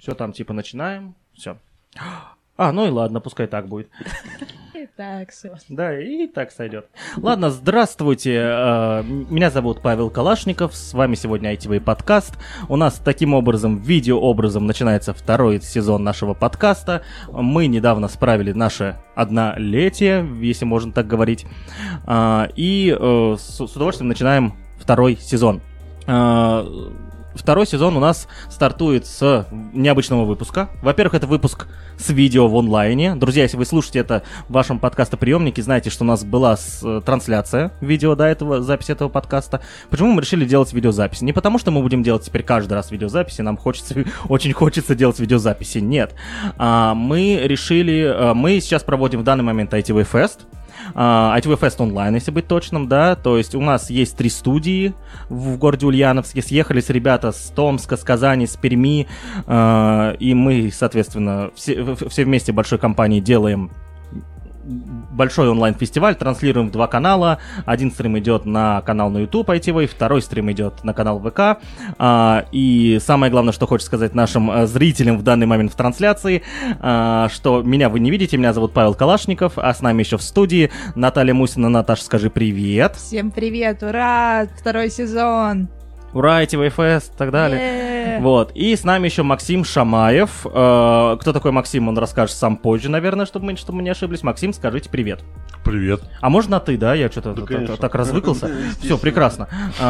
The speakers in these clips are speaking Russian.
Все там типа начинаем. Все. Ну и ладно, пускай так будет. И так все. Да, и так сойдет. Ладно, здравствуйте. Меня зовут Павел Калашников. С вами сегодня ITV подкаст. У нас таким образом, видеообразом, начинается второй сезон нашего подкаста. Мы недавно справили наше 1-летие, если можно так говорить. И с удовольствием начинаем второй сезон. Второй сезон у нас стартует с необычного выпуска. Во-первых, это выпуск с видео в онлайне. Друзья, если вы слушаете это в вашем подкастоприемнике, знаете, что у нас была трансляция видео до этого, запись этого подкаста. Почему мы решили делать видеозаписи? Не потому, что мы будем делать теперь каждый раз видеозаписи, нам очень хочется делать видеозаписи. Нет. Мы сейчас проводим в данный момент ITV Fest. ITV Fest онлайн, если быть точным, да, то есть у нас есть 3 студии в городе Ульяновске, съехались ребята с Томска, с Казани, с Перми, и мы, соответственно, все вместе большой компанией делаем большой онлайн-фестиваль, транслируем в 2 канала. Один стрим идет на канал на YouTube ITV, второй стрим идет на канал ВК. И самое главное, что хочу сказать нашим зрителям в данный момент в трансляции, что меня вы не видите, меня зовут Павел Калашников, а с нами еще в студии Наталья Мусина. Наташа, скажи привет. Всем привет, ура, второй сезон. Ура, ITV Fest и так далее. Вот. И с нами еще Максим Шамаев. Кто такой Максим, он расскажет сам позже, наверное, чтобы мы не ошиблись. Максим, скажите привет. Привет. А можно ты, да? Я что-то так развыкался. Все, прекрасно.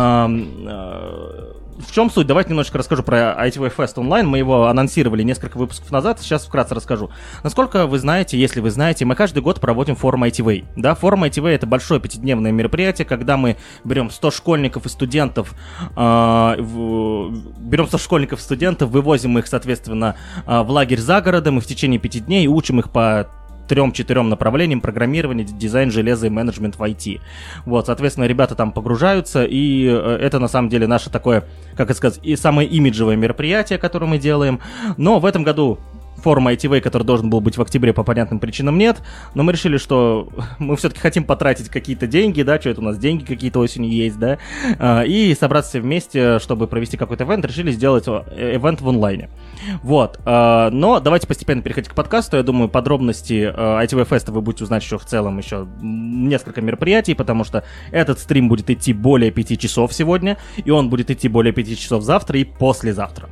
В чем суть? Давайте немножечко расскажу про ITV Fest онлайн. Мы его анонсировали несколько выпусков назад. Сейчас вкратце расскажу. Насколько вы знаете, если вы знаете, мы каждый год проводим форум ITV. Да, форум ITV — это большое 5-дневное мероприятие, когда мы берем 100 школьников и студентов, вывозим их, соответственно, в лагерь за городом, и в течение 5 дней учим их по 3-4 направлениям: программирование, дизайн, железо и менеджмент в IT. Вот, соответственно, ребята там погружаются, и это на самом деле наше такое, как это сказать, и самое имиджевое мероприятие, которое мы делаем. Но в этом году форум ITV, который должен был быть в октябре, по понятным причинам нет, но мы решили, что мы все-таки хотим потратить какие-то деньги, да, что это у нас деньги какие-то осенью есть, да, и собраться вместе, чтобы провести какой-то ивент, решили сделать ивент в онлайне. Вот, но давайте постепенно переходить к подкасту. Я думаю, подробности ITV Fest вы будете узнать еще в целом еще несколько мероприятий, потому что этот стрим будет идти более 5 часов сегодня, и он будет идти более 5 часов завтра и послезавтра.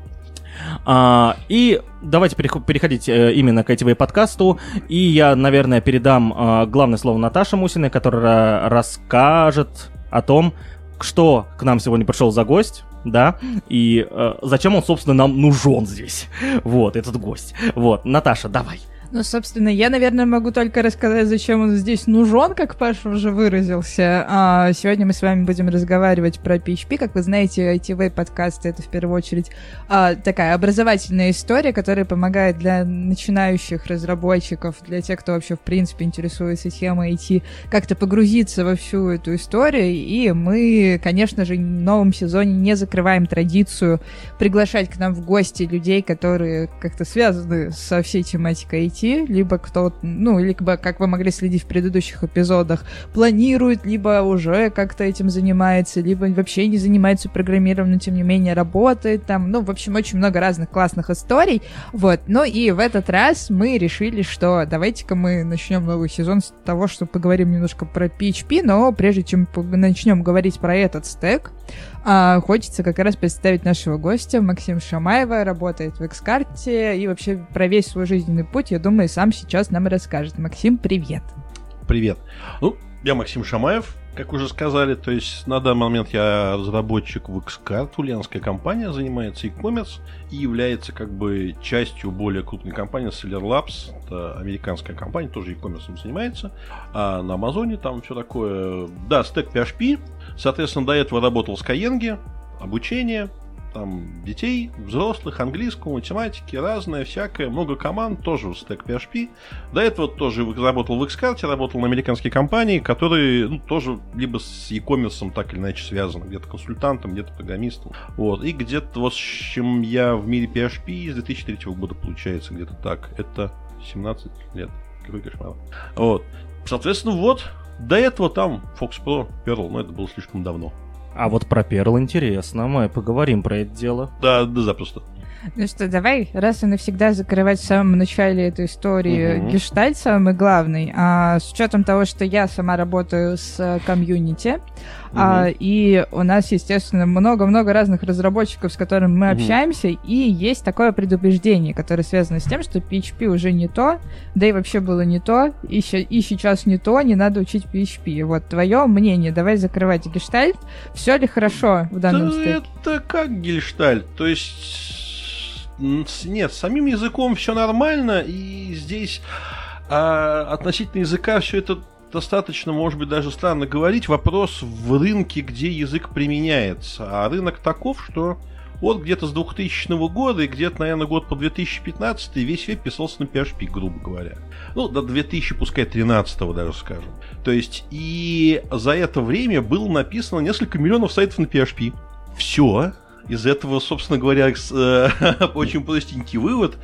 И давайте переходить именно к ITV подкасту. И я, наверное, передам главное слово Наташе Мусиной, которая расскажет о том, что к нам сегодня пришел за гость, да, и зачем он, собственно, нам нужен здесь. Вот, этот гость. Вот, Наташа, давай. Ну, собственно, я, наверное, могу только рассказать, зачем он здесь нужен, как Паша уже выразился. Сегодня мы с вами будем разговаривать про PHP. Как вы знаете, ITV подкасты — это в первую очередь такая образовательная история, которая помогает для начинающих разработчиков, для тех, кто вообще в принципе интересуется темой IT, как-то погрузиться во всю эту историю. И мы, конечно же, в новом сезоне не закрываем традицию приглашать к нам в гости людей, которые как-то связаны со всей тематикой IT, либо кто, либо, как вы могли следить в предыдущих эпизодах, планирует, либо уже как-то этим занимается, либо вообще не занимается программированием, но тем не менее работает там, в общем, очень много разных классных историй, вот, и в этот раз мы решили, что давайте-ка мы начнем новый сезон с того, что поговорим немножко про PHP, но прежде чем начнем говорить про этот стэк, хочется как раз представить нашего гостя. Максим Шамаева работает в X-карте и вообще про весь свой жизненный путь, я думаю, сам сейчас нам расскажет. Максим, привет. Привет. Я Максим Шамаев, как уже сказали, то есть на данный момент я разработчик в X-карт, ульяновская компания, занимается e-commerce и является как бы частью более крупной компании Seller Labs, это американская компания, тоже e-commerce занимается, а на Амазоне там все такое, да, стэк PHP, соответственно, до этого работал в Skyeng, обучение, там детей, взрослых, английского, математики, разное, всякое, много команд, тоже в стэк PHP. До этого тоже работал в X-карте, работал на американской компании, которые тоже либо с e-commerce так или иначе связаны, где-то консультантом, где-то программистом. Вот. И где-то, вот с чем я в мире PHP с 2003 года получается, где-то так. Это 17 лет. Какой кошмар. Вот. Соответственно, до этого там Fox Pro, Perl, но это было слишком давно. А вот про Perl интересно, мы поговорим про это дело. Да, запросто. Ну что, давай раз и навсегда закрывать в самом начале этой истории гештальт самый главный. С учетом того, что я сама работаю с комьюнити, и у нас, естественно, много-много разных разработчиков, с которыми мы общаемся, и есть такое предупреждение, которое связано с тем, что PHP уже не то, да и вообще было не то, и сейчас не то, не надо учить PHP. Вот твое мнение, давай закрывать гештальт. Все ли хорошо в данном случае? Это как гештальт, то есть нет, с самим языком все нормально, и здесь относительно языка все это достаточно, может быть, даже странно говорить. Вопрос в рынке, где язык применяется. А рынок таков, что вот где-то с 2000 года и где-то, наверное, год по 2015 весь веб писался на PHP, грубо говоря. Ну, до 2000, пускай 13-го даже скажем. То есть, и за это время было написано несколько миллионов сайтов на PHP. Все. Из этого, собственно говоря, очень простенький вывод,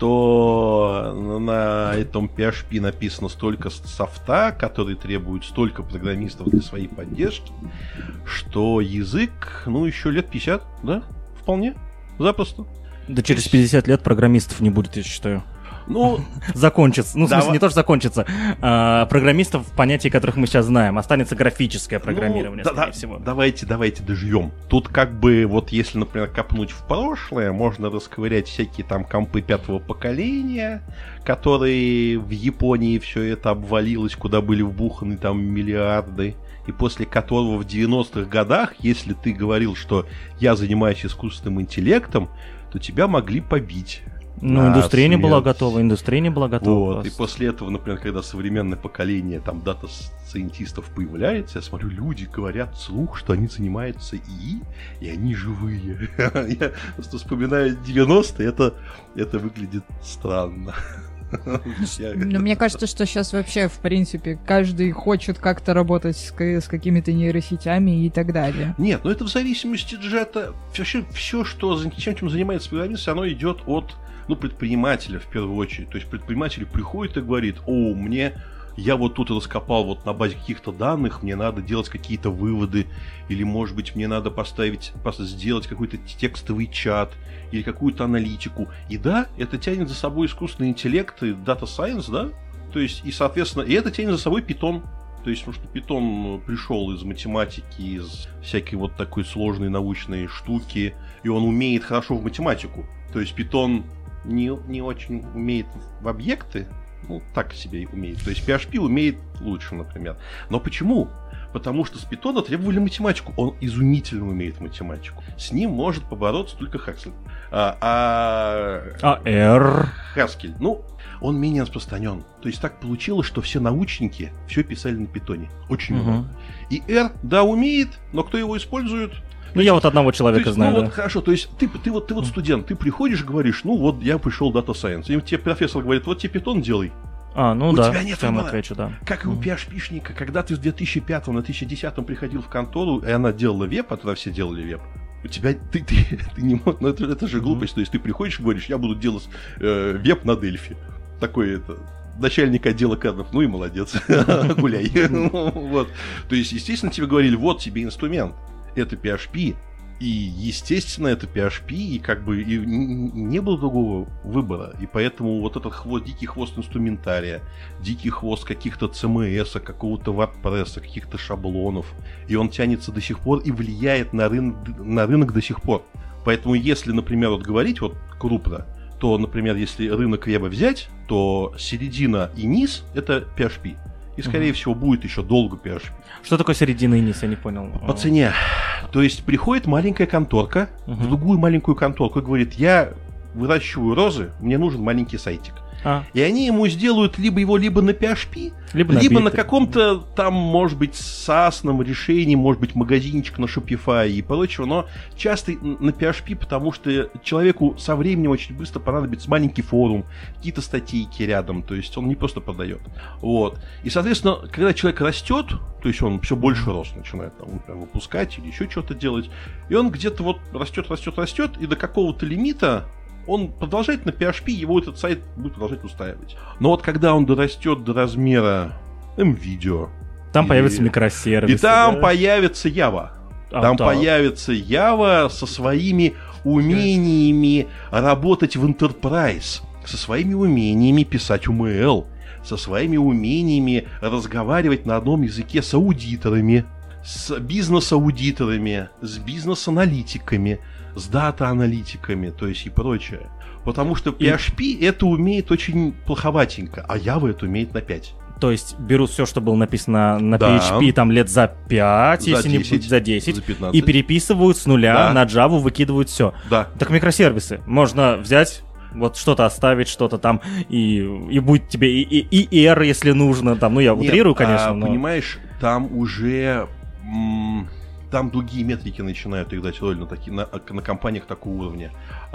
что на этом PHP написано столько софта, который требует столько программистов для своей поддержки, что язык, еще лет 50, да, вполне, запросто. Да через 50 лет программистов не будет, я считаю. Закончится. В смысле, не то, что закончится. Программистов, в понятии которых мы сейчас знаем. Останется графическое программирование, скорее всего. Давайте доживем. Тут вот если, например, копнуть в прошлое, можно расковырять всякие там компы 5-го поколения, которые в Японии все это обвалилось, куда были вбуханы там миллиарды. И после которого в 90-х годах, если ты говорил, что я занимаюсь искусственным интеллектом, то тебя могли побить. Индустрия не была готова, Вот, и после этого, например, когда современное поколение там дата-сайентистов появляется, я смотрю, люди говорят вслух, что они занимаются ИИ, и они живые. Я просто вспоминаю 90-е, это выглядит странно. Мне кажется, что сейчас вообще, в принципе, каждый хочет как-то работать с какими-то нейросетями и так далее. Нет, это в зависимости джета. Все, чем занимается программист, оно идет от предпринимателя в первую очередь. То есть предприниматель приходит и говорит: я вот тут раскопал на базе каких-то данных, мне надо делать какие-то выводы, или, может быть, мне надо сделать какой-то текстовый чат, или какую-то аналитику. И да, это тянет за собой искусственный интеллект и Data Science, да? То есть, и, соответственно, это тянет за собой Python. То есть, потому что Python пришел из математики, из всякой такой сложной научной штуки, и он умеет хорошо в математику. То есть, Python не очень умеет в объекты, так себе умеет. То есть PHP умеет лучше, например. Но почему? Потому что с Python требовали математику. Он изумительно умеет математику. С ним может побороться только Haskell. R? Haskell. Он менее распространен. То есть так получилось, что все научники все писали на Python. Очень много. И R, да, умеет, но кто его использует? Я одного человека знаю. Хорошо, то есть ты студент, ты приходишь и говоришь, я пришел Data Science. И тебе профессор говорит, вот тебе Python делай. У тебя нет выбора. Как и у PHP-шника, когда ты в 2005 на 2010 приходил в контору, и она делала веб, а тогда все делали веб. У тебя, ты не можешь, это же глупость. То есть ты приходишь и говоришь, я буду делать веб на Delphi. Такой начальник отдела кадров, и молодец, гуляй. То есть, естественно, тебе говорили, вот тебе инструмент. Это PHP, и, естественно, это PHP, и не было другого выбора. И поэтому этот дикий хвост инструментария, дикий хвост каких-то CMS, какого-то WordPress, каких-то шаблонов, и он тянется до сих пор и влияет на рынок до сих пор. Поэтому, если, например, говорить крупно, то, например, если рынок веба взять, то середина и низ — это PHP. И, скорее всего, будет еще долго PHP. Что такое середина и низ, я не понял. По цене. То есть приходит маленькая конторка в другую маленькую конторку и говорит, я выращиваю розы, мне нужен маленький сайтик. И они ему сделают либо на PHP, либо на каком-то там, может быть, SaaS-ном решении, может быть, магазинчик на Shopify и прочего, но часто на PHP, потому что человеку со временем очень быстро понадобится маленький форум, какие-то статейки рядом, то есть он не просто продает. И, соответственно, когда человек растет, то есть он все больше рост начинает выпускать или еще что-то делать, и он где-то растет, и до какого-то лимита он продолжает на PHP, его этот сайт будет продолжать устраивать. Но когда он дорастет до размера MVideo... Там появятся микросервисы. И там появится Java. Там появится Java со своими умениями работать в Enterprise, со своими умениями писать UML, со своими умениями разговаривать на одном языке с аудиторами, с бизнес-аудиторами, с бизнес-аналитиками, с дата-аналитиками, то есть и прочее. Потому что PHP это умеет очень плоховатенько, а Java это умеет на 5. То есть берут все, что было написано на PHP там лет за 5, за если 10, не за 10, за 15. И переписывают с нуля на Java, выкидывают все. Да. Так микросервисы. Можно взять, вот что-то оставить, что-то там, и будет тебе и R, если нужно. Там, ну, я утрирую, конечно. Но... Понимаешь, там уже... Там другие метрики начинают играть роль на компаниях такого уровня.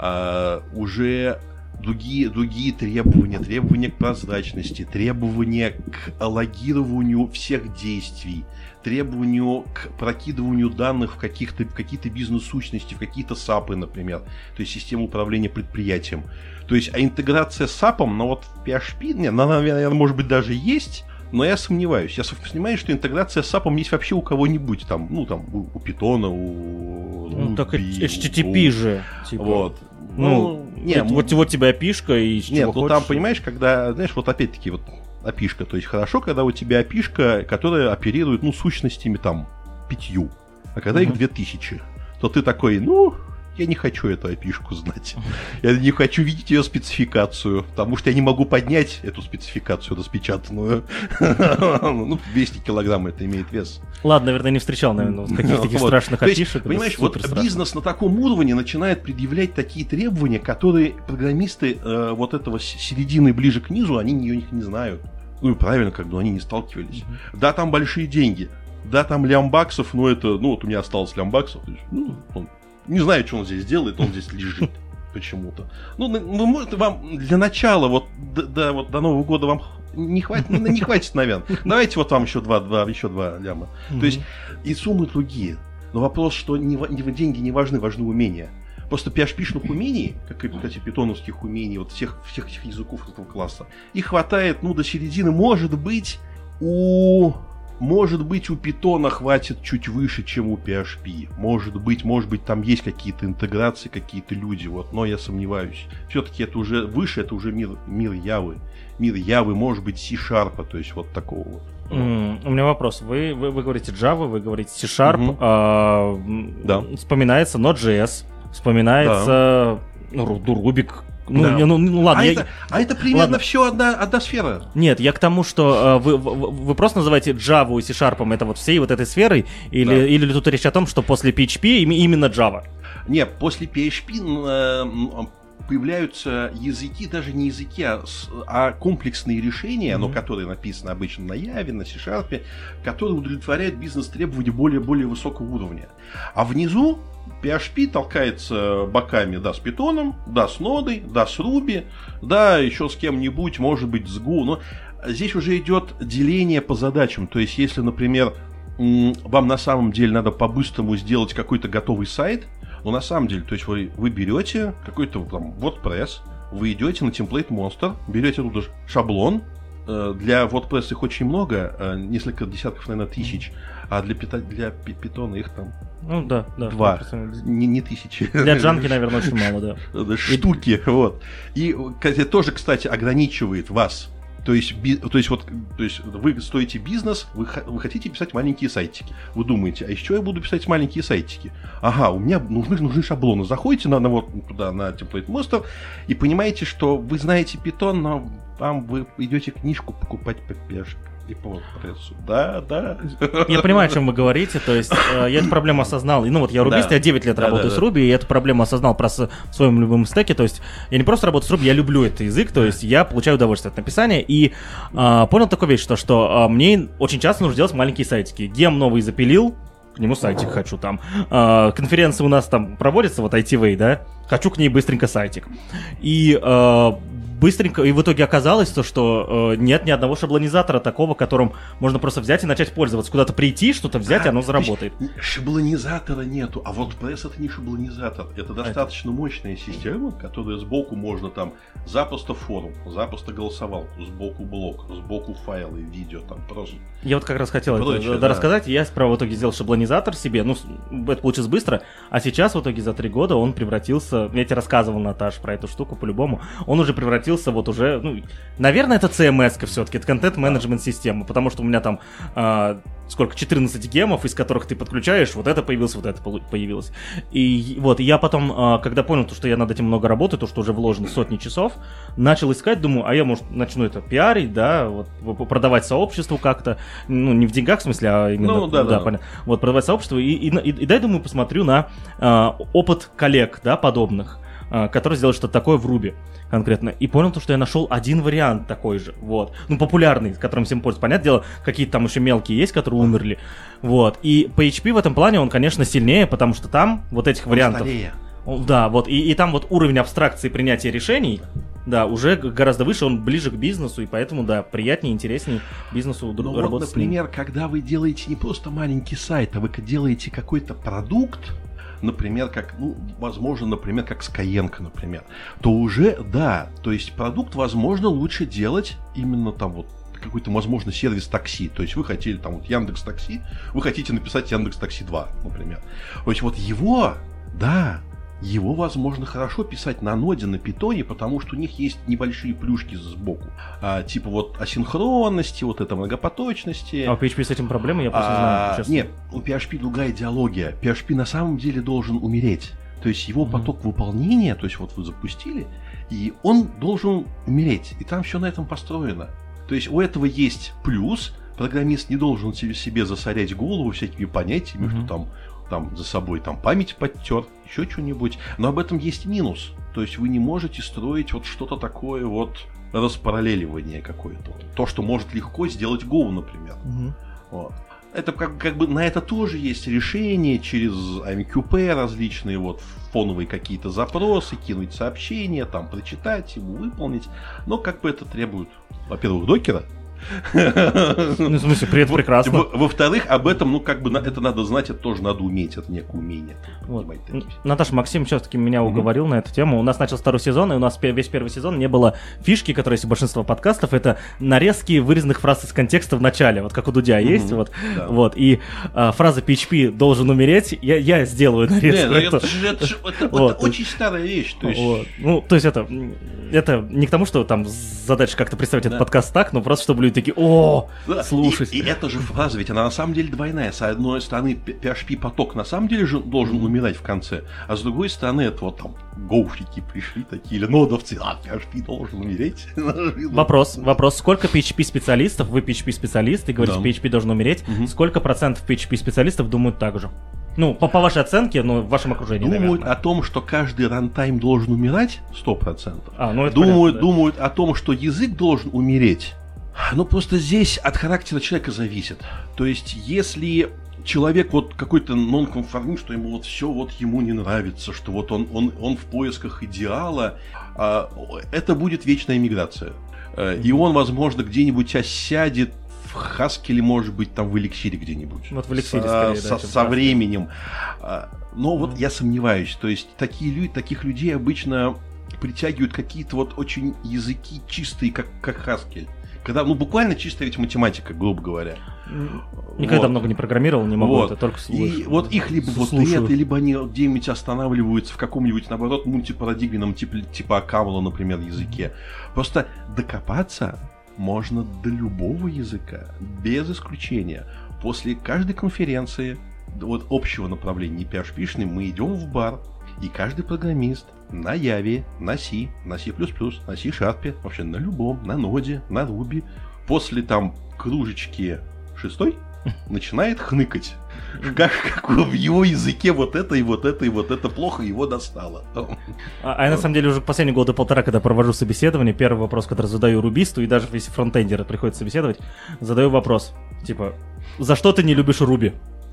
Уже другие требования к прозрачности, требования к логированию всех действий, требованию к прокидыванию данных в какие-то бизнес-сущности, в какие-то САПы, например, то есть систему управления предприятием. То есть, а интеграция с САПом, ну вот в PHP, она, наверное, может быть, даже есть, но я сомневаюсь. Я сомневаюсь, что интеграция с SAP есть вообще у кого-нибудь. Там, ну, там, у Python, у Ruby, ну, так HTTP же. Типа. Вот. Ну, вот тебе API-шка и с чего нет, хочешь. ну там, понимаешь, когда, знаешь, вот опять-таки, вот API-шка, то есть хорошо, когда у тебя API-шка, которая оперирует, ну, сущностями там 5, а когда их 2000, то ты такой, ну... Я не хочу эту API-шку знать. Я не хочу видеть ее спецификацию, потому что я не могу поднять эту спецификацию распечатанную. Ну, 200 килограмм это имеет вес. Ладно, наверное, не встречал, наверное, каких-то таких страшных API-шек. Понимаешь, вот бизнес на таком уровне начинает предъявлять такие требования, которые программисты вот этого середины ближе к низу, они их не знают. Ну и правильно, как бы они не сталкивались. Да, там большие деньги. Да, там лямбаксов, но это, ну вот у меня осталось лямбаксов. Ну, не знаю, что он здесь делает, он здесь лежит почему-то. Ну, вам для начала, вот до Нового года вам не хватит, не хватит, наверное. Давайте вот вам еще два ляма. То есть и суммы другие. Но вопрос, что деньги не важны, важны умения. Просто PHP-шных умений, как и, кстати, питоновских умений, вот всех языков этого класса, их хватает, ну, до середины. Может быть, у Python хватит чуть выше, чем у PHP. Может быть, там есть какие-то интеграции, какие-то люди, вот, но я сомневаюсь. Все-таки это уже выше, это уже мир Явы. Мир Явы, может быть, C-Sharp, то есть вот такого вот. У меня вопрос. Вы говорите Java, вы говорите C-Sharp, да. Вспоминается Node.js, вспоминается Ruby. Да. Ладно. Это примерно все одна сфера. Нет, я к тому, что вы просто называете Java и C-Sharp это вот всей вот этой сферой, или тут речь о том, что после PHP именно Java? Нет, после PHP появляются языки, даже не языки, а комплексные решения, но которые написаны обычно на Java, на C-Sharp, которые удовлетворяют бизнес-требования более высокого уровня. А внизу PHP толкается боками, да, с Python, да, с нодой, да, с Ruby, да, еще с кем-нибудь, может быть, с Go, но здесь уже идет деление по задачам. То есть, если, например, вам на самом деле надо по-быстрому сделать какой-то готовый сайт, но на самом деле, то есть вы берете какой-то там WordPress, вы идете на Template Monster, берете туда шаблон. Для WordPress их очень много, несколько десятков, наверное, тысяч, а для Python их там 2, не тысячи. Для Django, наверное, очень мало, да. Штуки, вот. И это тоже, кстати, ограничивает вас. То есть вы строите бизнес, вы хотите писать маленькие сайтики. Вы думаете, а еще я буду писать маленькие сайтики? Ага, у меня нужны шаблоны. Заходите на Template Monster и понимаете, что вы знаете Python, но вы идете книжку покупать по PHP и по WordPress. Да. Я понимаю, о чем вы говорите. То есть я эту проблему осознал. Ну вот я рубист, я 9 лет работаю с Ruby, и эту проблему осознал просто в своем любимом стеке. То есть я не просто работаю с Ruby, я люблю этот язык. То есть я получаю удовольствие от написания. И понял такую вещь, что мне очень часто нужно делать маленькие сайтики. Гем новый запилил, к нему сайтик хочу там. Конференции у нас там проводятся, вот ITV, да? Хочу к ней быстренько сайтик. И быстренько, и в итоге оказалось то, что нет ни одного шаблонизатора такого, которым можно просто взять и начать пользоваться. Куда-то прийти, что-то взять, и оно заработает. Шаблонизатора нету, а WordPress это не шаблонизатор. Это достаточно мощная система, которая сбоку можно там запросто форум, запросто голосовалку, сбоку блог, сбоку файлы, видео, там просто. Я вот как раз хотел это рассказать. Я справа в итоге сделал шаблонизатор себе. Ну, это получилось быстро. А сейчас в итоге за 3 года он превратился... Я тебе рассказывал, Наташ, про эту штуку по-любому. Он уже превратился вот уже... Ну, наверное, это CMS-ка все-таки. Это контент-менеджмент-система. Потому что у меня там... 14 гемов, из которых ты подключаешь, вот это появилось, вот это появилось. И вот, я потом, когда понял, что я над этим много работаю, то, что уже вложено сотни часов, начал искать, думаю, а я, может, начну это пиарить, да, вот, продавать сообществу как-то, ну, не в деньгах, в смысле, а именно... Ну, да. Понятно. Вот, продавать сообществу, и дай, думаю, посмотрю на опыт коллег, да, подобных, которые сделали что-то такое в Ruby конкретно. И понял то, что я нашел один вариант такой же, вот. Ну, популярный, которым всем пользуются. Понятное дело, какие-то там еще мелкие есть, которые умерли. Вот. И PHP в этом плане, он, конечно, сильнее, потому что там вот этих вариантов... Да, вот. И там вот уровень абстракции принятия решений, да, уже гораздо выше, он ближе к бизнесу, и поэтому, да, приятнее, интереснее бизнесу работать вот, с ним. Например, когда вы делаете не просто маленький сайт, а вы делаете какой-то продукт, например, как, ну, возможно, например, как Skyeng, например, то уже, да, то есть продукт, возможно, лучше делать именно там вот какой-то, возможно, сервис такси. То есть вы хотели там вот Яндекс.Такси, вы хотите написать Яндекс.Такси 2, например. То есть вот его, да, его, возможно, хорошо писать на ноде, на питоне, потому что у них есть небольшие плюшки сбоку. Типа вот асинхронности, вот это многопоточности. А у PHP с этим проблемы? Я просто не знаю, честно. Нет, у PHP другая идеология. PHP на самом деле должен умереть. То есть его поток выполнения, то есть вот вы запустили, и он должен умереть. И там все на этом построено. То есть у этого есть плюс. Программист не должен себе засорять голову всякими понятиями, что там за собой там память подтер, еще что-нибудь. Но об этом есть минус. То есть вы не можете строить вот что-то такое вот распараллеливание какое-то. То, что может легко сделать Go, например. Вот. Это как бы на это тоже есть решение через AMQP различные вот фоновые какие-то запросы, кинуть сообщения, там прочитать его, выполнить. Но как бы это требует, во-первых, докера. Ну, в смысле, прекрасно. Во-вторых, об этом, ну, как бы, это надо знать, это тоже надо уметь, это некое умение. Вот. Наташа, Максим все-таки меня уговорил на эту тему. У нас начался 2-й сезон, и у нас весь 1-й сезон не было фишки, которая есть у большинства подкастов, это нарезки вырезанных фраз из контекста в начале, вот как у Дудя есть, вот. И фраза PHP должен умереть, я сделаю нарезку. Это очень старая вещь. Ну, то есть это не к тому, что там задача как-то представить этот подкаст так, но просто чтобы люди такие, слушать. И эта же фраза, ведь она на самом деле двойная. С одной стороны, PHP-поток на самом деле же должен умирать в конце, а с другой стороны, это вот там гоушники пришли такие, или нодовцы, PHP должен умереть. Вопрос, сколько PHP-специалистов, вы PHP-специалист, и говорите, PHP должен умереть, сколько процентов PHP-специалистов думают так же? Ну, по вашей оценке, но в вашем окружении, думают наверное. О том, что каждый рантайм должен умирать, 100%. Думают о том, что язык должен умереть. Ну, просто здесь от характера человека зависит. То есть, если человек вот какой-то нонконформист, что ему вот все вот ему не нравится, что вот он в поисках идеала, это будет вечная миграция. И он, возможно, где-нибудь осядет в Хаскеле, может быть, там в Эликсире где-нибудь. Вот в Эликсире, скорее, со временем. Но вот я сомневаюсь. То есть, таких людей обычно притягивают какие-то вот очень языки чистые, как Хаскель. Когда, буквально чистая ведь математика, грубо говоря. Никогда много не программировал, не могу, это только слушаю. И вот их либо вот это, либо они где-нибудь останавливаются в каком-нибудь, наоборот, мультипарадигменном, типа Акамла, например, языке. Просто докопаться можно до любого языка, без исключения. После каждой конференции, вот общего направления PHP-шной, мы идем в бар, и каждый программист на Java, на C, на C++, на C-Sharp, вообще на любом, на ноде, на Ruby, после там кружечки 6 начинает хныкать. Как в его языке вот это и вот это и вот это плохо его достало. Я на самом деле уже последние 1.5 года, когда провожу собеседование, первый вопрос, который задаю рубисту, и даже если фронтендеры приходят собеседовать, задаю вопрос, типа, за что ты не любишь Ruby?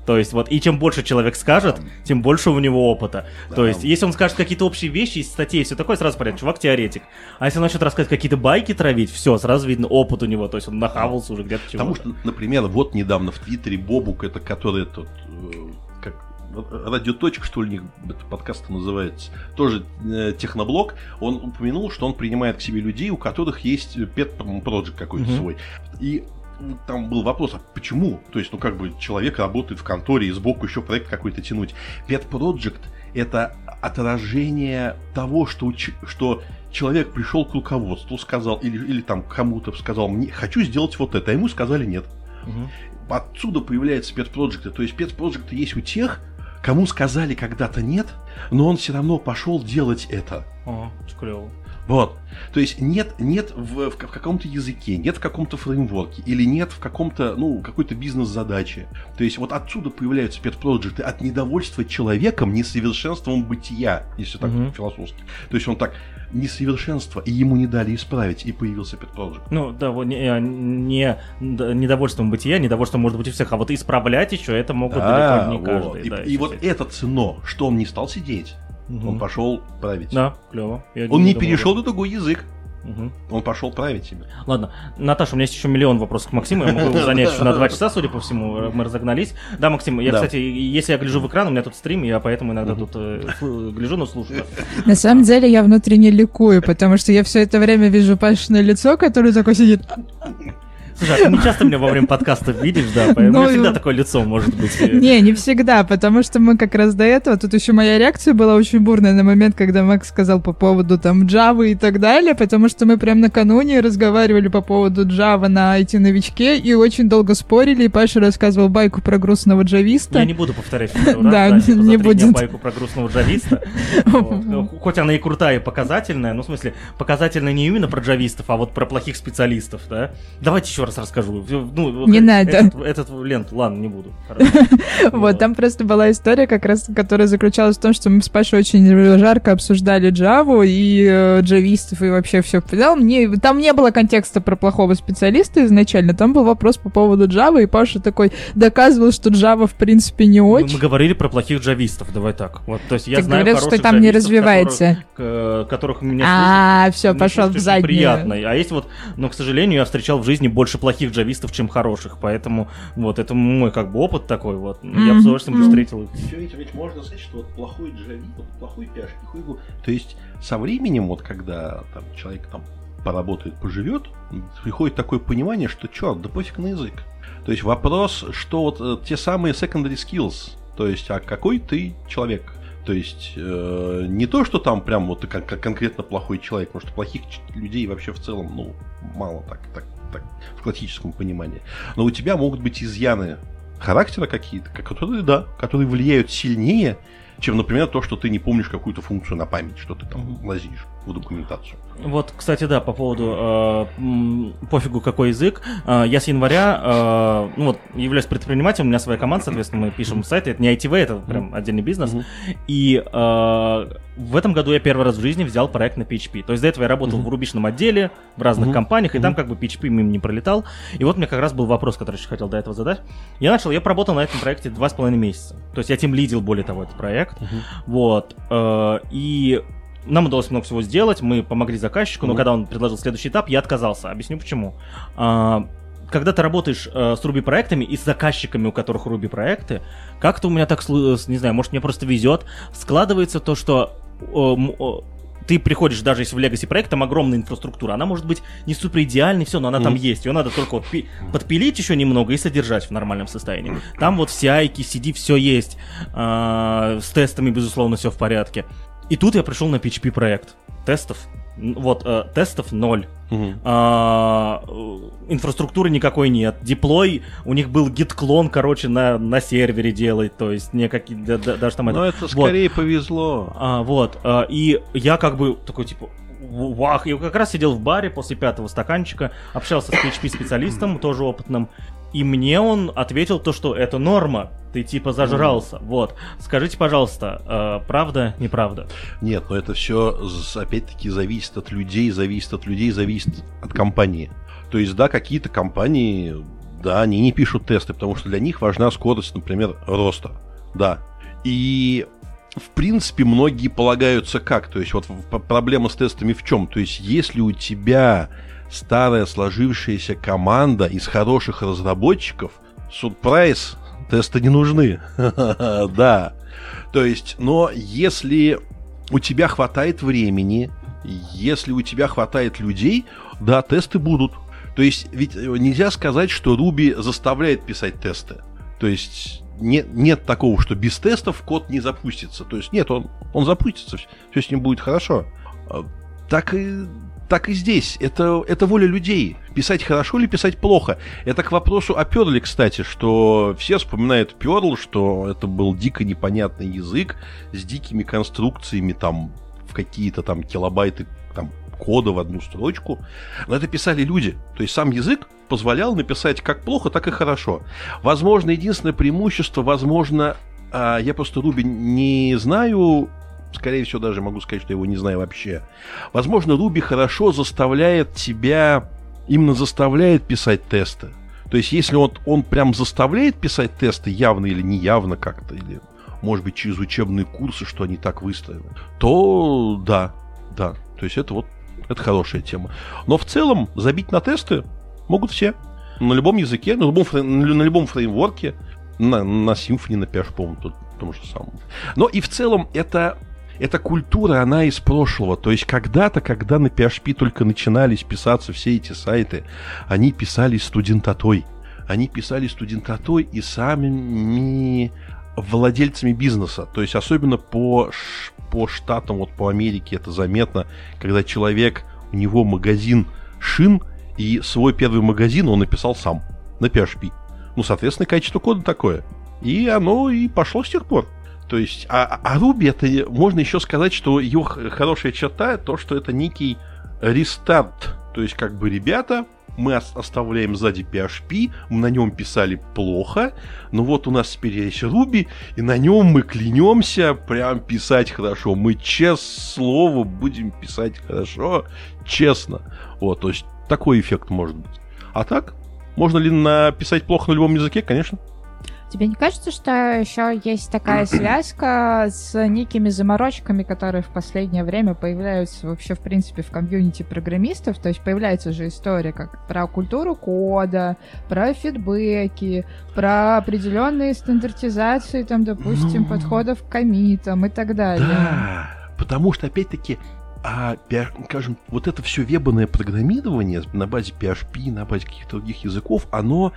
То есть вот, и чем больше человек скажет, тем больше у него опыта. Да. То есть, если он скажет какие-то общие вещи из статей и все такое, сразу понятно, чувак теоретик. А если он начнет рассказывать какие-то байки травить, все, сразу видно опыт у него, то есть он нахавался уже где-то чего-то. Потому что, например, вот недавно в Твиттере Бобук, это который тут, как радиоточка, что ли, это подкаст называется, тоже техноблог, он упомянул, что он принимает к себе людей, у которых есть pet project какой-то свой. И там был вопрос, а почему? То есть, человек работает в конторе и сбоку еще проект какой-то тянуть. Pet Project — это отражение того, что человек пришел к руководству, сказал, или там кому-то сказал, мне хочу сделать вот это, а ему сказали нет. Отсюда появляются Pet Project. То есть Pet Project есть у тех, кому сказали когда-то нет, но он все равно пошел делать это. Клево. Вот. То есть нет в каком-то языке, нет в каком-то фреймворке, или нет в каком-то, какой-то бизнес-задаче. То есть вот отсюда появляются пет-проджекты от недовольства человеком несовершенством бытия, если так философски. То есть он так, несовершенство, и ему не дали исправить, и появился пет-проджект. Не недовольством бытия, недовольством может быть у всех, а вот исправлять еще это могут далеко не каждый. Вот. И вот это ценно, что он не стал сидеть. Он пошел править. Да, клево. Он не перешел на другой язык. Он пошел править себе. Ладно, Наташа, у меня есть еще миллион вопросов к Максиму. Я могу занять еще на 2 часа, судя по всему. Мы разогнались. Да, Максим, кстати, если я гляжу в экран, у меня тут стрим, я поэтому иногда тут гляжу, но слушаю. На самом деле я внутренне ликую, потому что я все это время вижу Пашино лицо, которое такое сидит... Слушай, а ты не часто меня во время подкастов видишь, да? У меня всегда такое лицо может быть. Не всегда, потому что мы как раз до этого, тут еще моя реакция была очень бурная на момент, когда Макс сказал по поводу там Java и так далее, потому что мы прям накануне разговаривали по поводу Java на IT-новичке и очень долго спорили, и Паша рассказывал байку про грустного джависта. Я не буду повторять второй раз, да, не будет. Байку про грустного джависта. Хоть она и крутая, и показательная, в смысле, показательная не именно про джавистов, а вот про плохих специалистов, да? Давайте еще раз расскажу. Не надо. Этот лент, ладно, не буду. Вот, там просто была история, как раз, которая заключалась в том, что мы с Пашей очень жарко обсуждали Java и джавистов, и вообще все. Там не было контекста про плохого специалиста изначально, там был вопрос по поводу Java, и Паша такой доказывал, что Java в принципе не очень. Мы говорили про плохих джавистов, давай так. Вот, то есть я знаю говорят, что там не развивается. Которых у меня все, пошел в заднюю. Приятно. А есть вот, но, к сожалению, я встречал в жизни больше плохих джавистов, чем хороших, поэтому вот это мой опыт такой вот. Я с удовольствием бы встретил их. Ведь можно сказать, что вот плохой джавист, плохой PHP, то есть со временем, вот когда там человек там поработает, поживет, приходит такое понимание, что да пофиг на язык. То есть вопрос, что вот те самые secondary skills, то есть а какой ты человек. То есть не то, что там прям вот ты конкретно плохой человек, потому что плохих людей вообще в целом, мало так в классическом понимании. Но у тебя могут быть изъяны характера какие-то, которые влияют сильнее, чем, например, то, что ты не помнишь какую-то функцию на память, что ты там лазишь в документацию. Вот, кстати, да, по поводу пофигу какой язык. Я с января, являюсь предпринимателем, у меня своя команда, соответственно, мы пишем сайты. Это не ITV, это прям отдельный бизнес. И в этом году я первый раз в жизни взял проект на PHP. То есть до этого я работал в рубичном отделе, в разных компаниях, и там PHP мимо не пролетал. И вот у меня как раз был вопрос, который я хотел до этого задать. Я проработал на этом проекте 2,5 месяца. То есть я тимлидил, более того, этот проект. Вот. И нам удалось много всего сделать, мы помогли заказчику, но когда он предложил следующий этап, я отказался. Объясню почему. Когда ты работаешь с Ruby-проектами и с заказчиками, у которых Ruby-проекты, как-то у меня так, не знаю, может, мне просто везет, складывается то, что ты приходишь, даже если в Legacy проект, там огромная инфраструктура, она может быть не супер идеальной, все, но она там есть, ее надо только вот подпилить еще немного и содержать в нормальном состоянии. Там вот все айки, CD, все есть, с тестами, безусловно, все в порядке. И тут я пришел на PHP проект. Тестов 0. Инфраструктуры никакой нет. Деплой, у них был гит-клон, на сервере делать, то есть даже там это скорее повезло. И я такой, вах, я как раз сидел в баре после 5-го стаканчика, общался с PHP-специалистом, тоже опытным, и мне он ответил то, что это норма, ты зажрался. Вот. Скажите, пожалуйста, правда, неправда? Нет, но это все, опять-таки, зависит от людей, зависит от компании. То есть, да, какие-то компании Да, они не пишут тесты, потому что для них важна скорость, например, роста. Да. И в принципе многие полагаются как? То есть вот проблема с тестами в чем? То есть если у тебя старая сложившаяся команда из хороших разработчиков, сюрприз, тесты не нужны. Да. То есть, но если у тебя хватает времени, если у тебя хватает людей, да, тесты будут. То есть ведь нельзя сказать, что Ruby заставляет писать тесты. То есть нет такого, что без тестов код не запустится. То есть нет, он запустится, все с ним будет хорошо. Так и здесь. Это воля людей. Писать хорошо или писать плохо. Это к вопросу о Perl, кстати, что все вспоминают Perl, что это был дико непонятный язык с дикими конструкциями там в какие-то там килобайты там кода в одну строчку. Но это писали люди. То есть сам язык позволял написать как плохо, так и хорошо. Возможно, единственное преимущество, я просто Ruby не знаю, скорее всего, даже могу сказать, что я его не знаю вообще. Возможно, Ruby хорошо заставляет тебя, именно заставляет писать тесты. То есть, если он прям заставляет писать тесты явно или неявно как-то, или, может быть, через учебные курсы, что они так выстроены, то да. То есть, это хорошая тема. Но в целом забить на тесты могут все. На любом языке, на любом фреймворке, на Symfony, на PHP, по-моему, тому же самому. Но и в целом эта культура, она из прошлого. То есть когда-то, когда на PHP только начинались писаться все эти сайты, они писали студентатой. Они писали студентатой и самими владельцами бизнеса. То есть особенно по штатам, вот по Америке это заметно, когда человек, у него магазин шин, и свой первый магазин он написал сам на PHP. Ну, соответственно, качество кода такое. И оно и пошло с тех пор. То есть, а Ruby, это можно еще сказать, что ее хорошая черта, то, что это некий рестарт. То есть, как бы, ребята, мы оставляем сзади PHP, мы на нем писали плохо, но вот у нас теперь есть Ruby, и на нем мы клянемся прям писать хорошо. Мы, честное слово, будем писать хорошо, честно. Вот, то есть, такой эффект может быть. А так, можно ли написать плохо на любом языке? Конечно. Тебе не кажется, что еще есть такая связка с некими заморочками, которые в последнее время появляются вообще, в принципе, в комьюнити программистов? То есть появляется же история как про культуру кода, про фидбэки, про определенные стандартизации, там, допустим, подходов к коммитам и так далее. Да, потому что, опять-таки, скажем, вот это все вебное программирование на базе PHP, на базе каких-то других языков, оно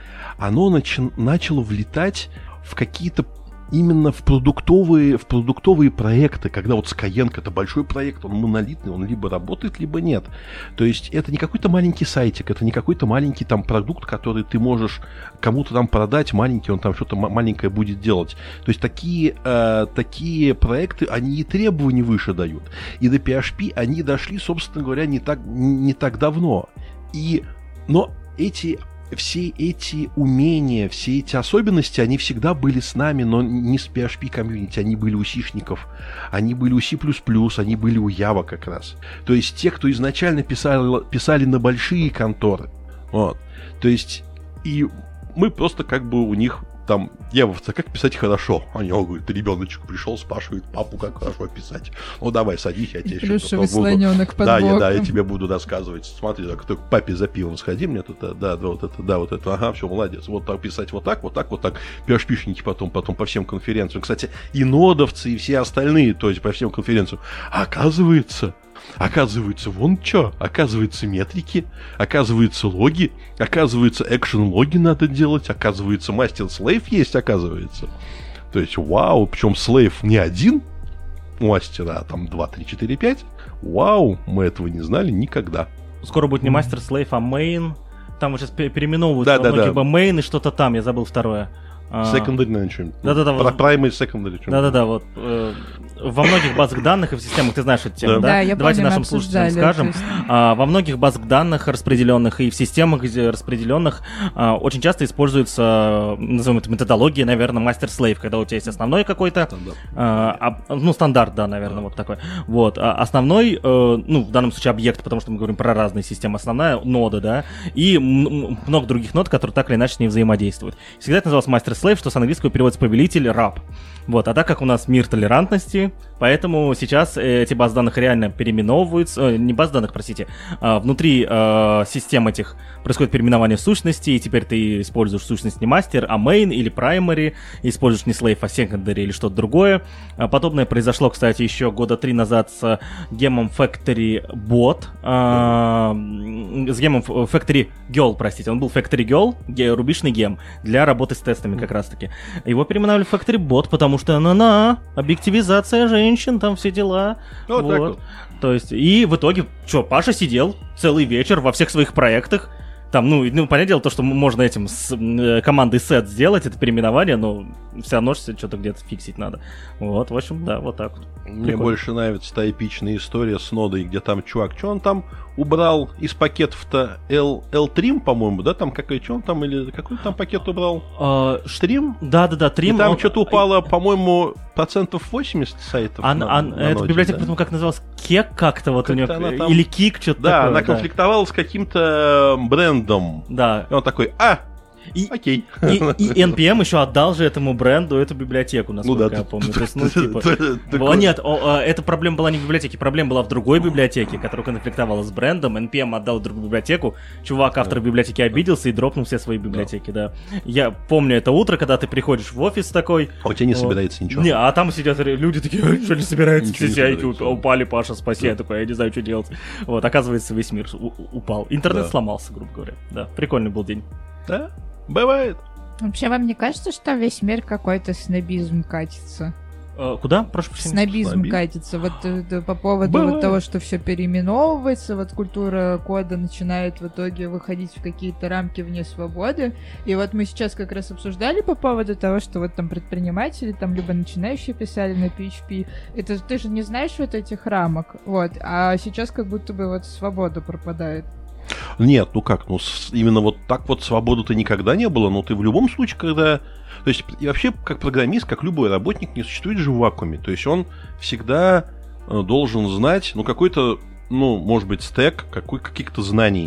начало влетать в какие-то именно в продуктовые проекты, когда вот Skyeng — это большой проект, он монолитный, он либо работает, либо нет. То есть это не какой-то маленький сайтик, это не какой-то маленький там продукт, который ты можешь кому-то там продать, маленький, он там что-то маленькое будет делать. То есть такие проекты, они и требования выше дают. И до PHP они дошли, собственно говоря, не так давно. Но все эти умения, все эти особенности, они всегда были с нами, но не с PHP комьюнити, они были у сишников, они были у C++, они были у Java как раз. То есть те, кто изначально писали на большие конторы. Вот. То есть и мы просто как бы у них там, явовцы, как писать хорошо? Они говорят, ребеночек пришел, спрашивает папу, как хорошо писать. Ну, давай, садись, я тебе плюшевый слоненок под боком. Да, я тебе буду рассказывать. Смотри, так, ты к папе за пивом сходи, мне тут, вот это, ага, все, молодец. Вот так писать, вот так. PHP-шники потом по всем конференциям. Кстати, и нодовцы, и все остальные, то есть по всем конференциям. Оказывается, вон что, оказывается, метрики, оказывается, логи, оказывается, экшен-логи надо делать, оказывается, мастер-слейв есть, оказывается. То есть, вау, причем слейв не один мастера, а там 2, 3, 4, 5. Вау, мы этого не знали никогда. Скоро будет не мастер-слейв, а мейн. Там сейчас переименовывают, либо мейн и что-то там, я забыл второе. Secondary, наверное, что-нибудь. Да-да-да. Primary, secondary. Да-да-да, вот. Во многих базах данных и в системах, ты знаешь эту тему, да? Я Давайте помню, нашим слушателям скажем. Во многих базах данных распределенных и в системах распределенных очень часто используется, назовем это методология, наверное, мастер-слейв, когда у тебя есть основной какой-то, стандарт, да, наверное, вот такой. Вот. Основной, в данном случае объект, потому что мы говорим про разные системы, основная нода, да, и много других нод, которые так или иначе с ней взаимодействуют. Всегда это называлось мастер-слейв, что с английского переводится повелитель, раб. Вот, а так как у нас мир толерантности, поэтому сейчас эти базы данных реально переименовываются, не базы данных, простите, внутри систем этих происходит переименование сущностей, и теперь ты используешь сущность не мастер, а main или primary, используешь не slave, а secondary или что-то другое. Подобное произошло, кстати, еще года 3 назад с гемом Factory Bot, с гемом Factory Girl, простите, он был Factory Girl, рубишный гем, для работы с тестами как раз-таки. Его переименовали в Factory Bot, потому что объективизация женщин, там все дела. Вот. Так вот. То есть, и в итоге, Паша сидел целый вечер во всех своих проектах. Там, понятное дело, то, что можно этим с командой set сделать, это переименование, но все равно что-то где-то фиксить надо. Вот, в общем, да, вот так вот. Мне Прикольно. больше нравится та эпичная история с нодой, где там чувак, что он там убрал из пакетов-то L-Trim, по-моему, да, там что он там, или какой там пакет убрал? Trim? Да, Trim. И там что-то упало, по-моему, 80% сайтов. Эта библиотека, потом как называлась, Кек как-то вот у нее, там... или Кик, что-то такое. Да, она конфликтовала с каким-то брендом. Да. И он такой, окей. И NPM еще отдал же этому бренду эту библиотеку, насколько я помню. То есть, нет, эта проблема была не в библиотеке, проблема была в другой библиотеке, которая конфликтовала с брендом. NPM отдал другую библиотеку, чувак, автор библиотеки, обиделся и дропнул все свои библиотеки, да. Я помню это утро, когда ты приходишь в офис такой. А у тебя не собирается ничего. Не, а там сидят люди такие, что не собирается, все сяйки упали, Паша, спаси, я такой, я не знаю, что делать. Вот, оказывается, весь мир упал. Интернет сломался, грубо говоря. Да, прикольный был день. Да? Бывает. Вообще, вам не кажется, что весь мир какой-то снобизм катится? Куда? Прошу прощения. Снобизм катится. Вот по поводу того, что все переименовывается, вот культура кода начинает в итоге выходить в какие-то рамки вне свободы. И вот мы сейчас как раз обсуждали по поводу того, что вот там предприниматели, там либо начинающие писали на PHP. Это ты же не знаешь вот этих рамок. Вот. А сейчас как будто бы вот свобода пропадает. Нет, именно вот так вот свободы-то никогда не было, но ты в любом случае, когда... То есть, и вообще, как программист, как любой работник, не существует же в вакууме. То есть, он всегда должен знать, какой-то, может быть, стек, каких-то знаний.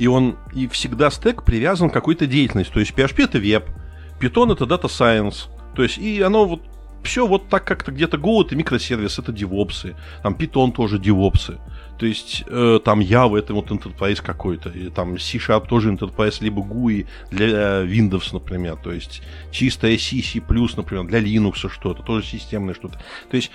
И всегда стек привязан к какой-то деятельности. То есть, PHP — это веб, Python — это Data Science. То есть, и оно вот все вот так как-то где-то Go — это микросервис, это девопсы, там Python тоже девопсы. То есть, там Java — это вот Enterprise какой-то, и там C# тоже Enterprise, либо GUI для Windows, например, то есть, чистая C, C+, например, для Linux что-то, тоже системное что-то. То есть,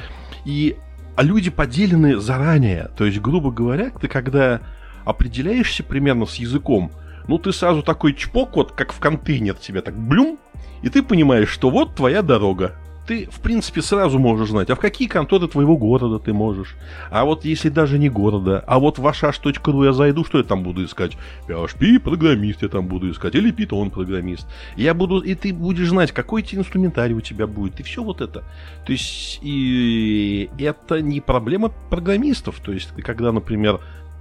а люди поделены заранее, то есть, грубо говоря, ты когда определяешься примерно с языком, ты сразу такой чпок, вот как в контейнер тебе так блюм, и ты понимаешь, что вот твоя дорога. Ты, в принципе, сразу можешь знать, а в какие конторы твоего города ты можешь. А вот если даже не города, а вот в washhash.ru я зайду, что я там буду искать? PHP программист я там буду искать, или Python программист. И ты будешь знать, какой инструментарий у тебя будет, и все вот это. То есть, и это не проблема программистов. То есть, когда, например,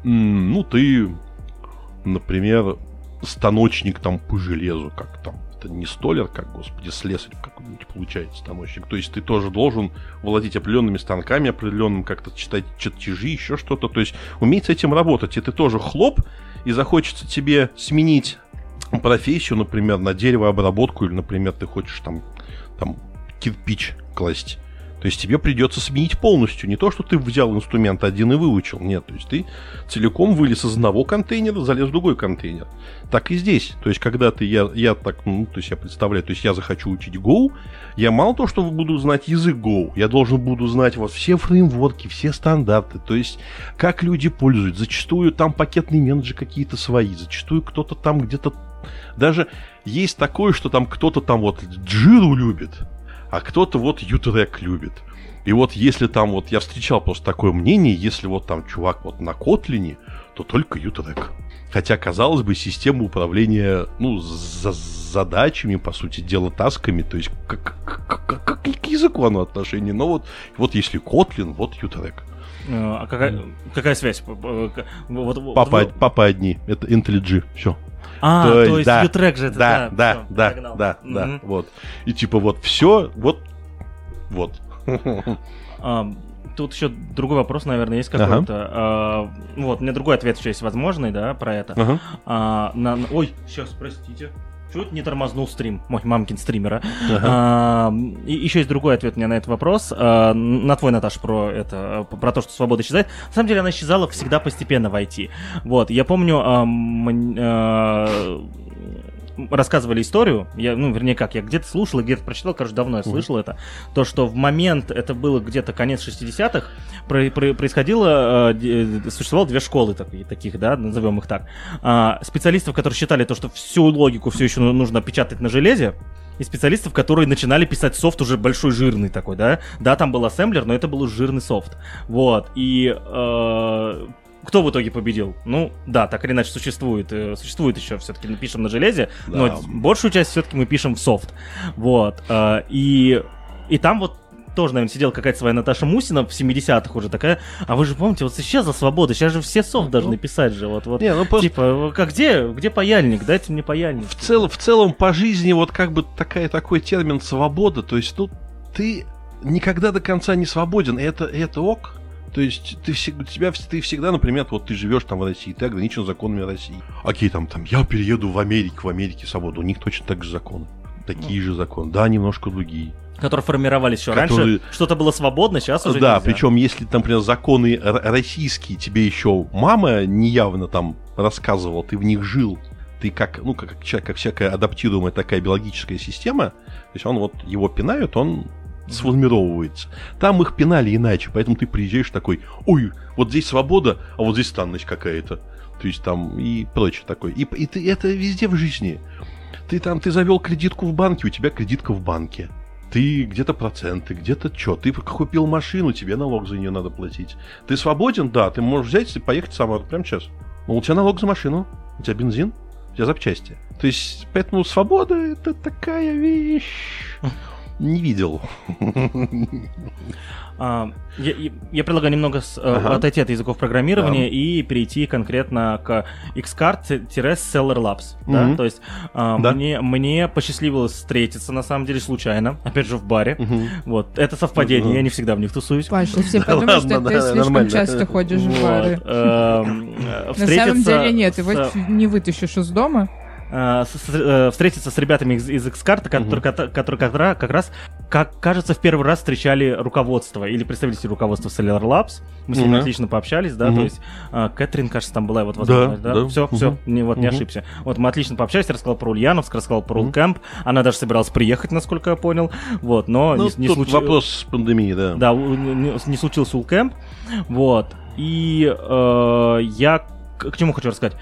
ты, например, станочник там по железу, как там. Это не столер, как, господи, слесарь какой-нибудь получается станочник. То есть ты тоже должен владеть определенными станками, определенным как-то читать чертежи, еще что-то. То есть уметь с этим работать. И ты тоже хлоп, и захочется тебе сменить профессию, например, на деревообработку, или, например, ты хочешь там кирпич класть. То есть тебе придется сменить полностью. Не то, что ты взял инструмент один и выучил. Нет, то есть ты целиком вылез из одного контейнера, залез в другой контейнер. Так и здесь. То есть когда я представляю, то есть я захочу учить Go, я мало того, что буду знать язык Go, я должен буду знать вот все фреймворки, все стандарты, то есть как люди пользуются. Зачастую там пакетные менеджеры какие-то свои, зачастую кто-то там где-то... Даже есть такое, что там кто-то там вот Jira любит, а кто-то вот U-Track любит. И вот если там вот я встречал просто такое мнение, если вот там чувак вот на Kotlin, то только U-Track. Хотя, казалось бы, система управления, задачами, по сути дела, тасками, то есть как к языку оно отношение. Но вот если Kotlin, вот Utrek. А какая связь? Папа одни, это IntelliJ, все. То есть Utrek же это... Да, вот. И типа вот все, вот. Тут еще другой вопрос, наверное, есть какой-то. Вот, у меня другой ответ еще есть возможный, да, про это. Ой, сейчас, простите. Чуть не тормознул стрим, мой мамкин стримера. И еще есть другой ответ у меня на этот вопрос. На твой, Наташ, про то, что свобода исчезает. На самом деле она исчезала всегда постепенно в IT. Вот, я помню, рассказывали историю, я где-то слушал и где-то прочитал, короче, давно я слышал это, то, что в момент, это было где-то конец 60-х, существовало две школы таких, да, назовем их так, специалистов, которые считали то, что всю логику все еще нужно печатать на железе, и специалистов, которые начинали писать софт уже большой, жирный такой, да, там был ассемблер, но это был уже жирный софт, вот, и... Кто в итоге победил? Ну, да, так или иначе существует еще, все-таки мы пишем на железе, но большую часть все-таки мы пишем в софт. Вот. И там вот тоже, наверное, сидела какая-то своя Наташа Мусина в 70-х уже такая, а вы же помните, вот исчезла свобода, сейчас же все софт должны писать же, вот. Не, ну просто... Типа, где паяльник? Дайте мне паяльник. В целом по жизни вот как бы такой термин свобода, то есть, ты никогда до конца не свободен, и это ок. То есть ты всегда, например, вот ты живешь там в России, ты ограничен законами России. Окей, там я перееду в Америке свободу, у них точно так же законы. Такие же законы, да, немножко другие. Которые формировались еще раньше, что-то было свободно, сейчас уже нельзя. Да, причем если, например, законы российские тебе еще мама неявно там рассказывала, ты в них жил, ты как всякая адаптируемая такая биологическая система, то есть он вот его пинают, он сформировывается. Там их пинали иначе, поэтому ты приезжаешь такой, ой, вот здесь свобода, а вот здесь странность какая-то. То есть там и прочее такое. И ты, это везде в жизни. Ты завел кредитку в банке, у тебя кредитка в банке. Ты где-то проценты, где-то что. Ты купил машину, тебе налог за нее надо платить. Ты свободен, да, ты можешь взять и поехать в Самару прямо сейчас. Но у тебя налог за машину, у тебя бензин, у тебя запчасти. То есть, поэтому свобода — это такая вещь... Не видел. Я предлагаю немного отойти от языков программирования и перейти конкретно к Xcart-Stellar Labs. Да? То есть мне посчастливилось встретиться, на самом деле, случайно, опять же, в баре. Вот. Это совпадение, я не всегда в них тусуюсь. Паша, все подумают, что ты слишком часто ходишь в бары. На самом деле нет, его не вытащишь из дома. Встретиться с ребятами из Xcart, которые как раз, кажется, в первый раз встречали руководство или представители руководства Stellar Labs. Мы с ними отлично пообщались, да, то есть Кэтрин, кажется, там была вот возможность, да? Все, не ошибся. Вот мы отлично пообщались, рассказал про Ульяновск, рассказал про Улкэмп, она даже собиралась приехать, насколько я понял, вот, но не случилось. Вопрос с пандемией, да. Да, не случился Улкэмп, вот, и я к чему хочу рассказать.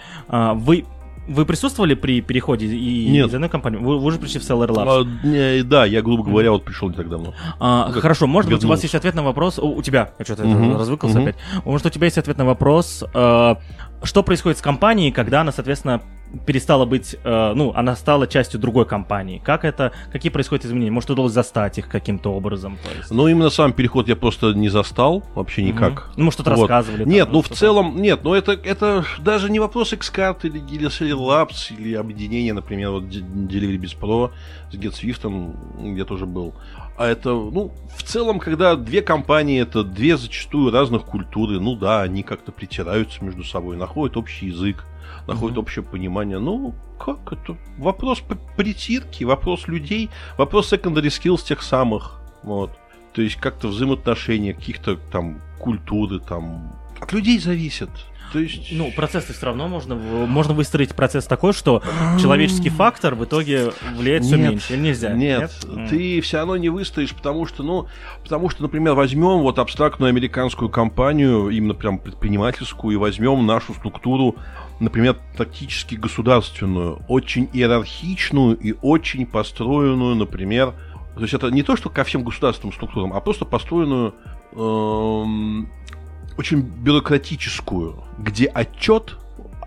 Вы присутствовали при переходе из одной компании? Вы уже пришли в Stellar Labs? Да, я, грубо говоря, вот пришел не так давно. Хорошо, может быть, у вас есть ответ на вопрос... У тебя, я что-то развыкался опять. Может, у тебя есть ответ на вопрос, что происходит с компанией, когда она, соответственно, перестала быть... она стала частью другой компании. Какие происходят изменения? Может, удалось застать их каким-то образом? Ну, именно сам переход я просто не застал вообще никак. Ну, может, что-то рассказывали. Нет, в целом, нет, это даже не вопрос Xcart или Stellar Labs, или объединение, например, вот Delivery Biz Pro с GetSwift, где тоже был. А это, в целом, когда две компании, это две зачастую разных культуры, они как-то притираются между собой, находят общий язык, находят общее понимание. Как это? Вопрос притирки, вопрос людей, вопрос secondary skills тех самых. Вот. То есть как-то взаимоотношения, каких-то там культуры, там. От людей зависит. То есть... процесс-то все равно можно выстроить процесс такой, что человеческий фактор в итоге влияет все меньше. Или нельзя? Нет, ты все равно не выстроишь, потому что, например, возьмем вот абстрактную американскую компанию, именно прям предпринимательскую, и возьмем нашу структуру, например, практически государственную, очень иерархичную и очень построенную, например, то есть это не то, что ко всем государственным структурам, а просто построенную очень бюрократическую, где отчет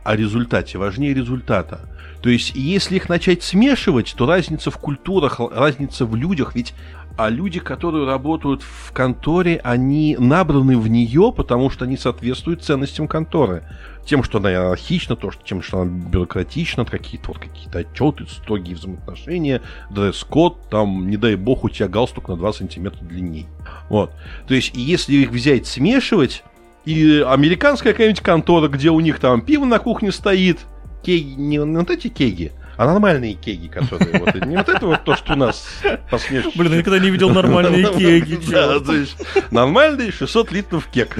о результате, важнее результата. То есть, если их начать смешивать, то разница в культурах, разница в людях, ведь люди, которые работают в конторе, они набраны в нее, потому что они соответствуют ценностям конторы. Тем, что она анархична, тем, что она бюрократична, какие-то отчеты, строгие взаимоотношения, дресс-код, там, не дай бог, у тебя галстук на 2 сантиметра длинней. Вот. То есть, если их взять, смешивать, и американская какая-нибудь контора, где у них там пиво на кухне стоит, кеги, не вот эти кеги, а нормальные кеги, которые вот, не вот это вот то, что у нас посмешно. Блин, я никогда не видел нормальные кеги. Да, то есть нормальный 600 литров кег.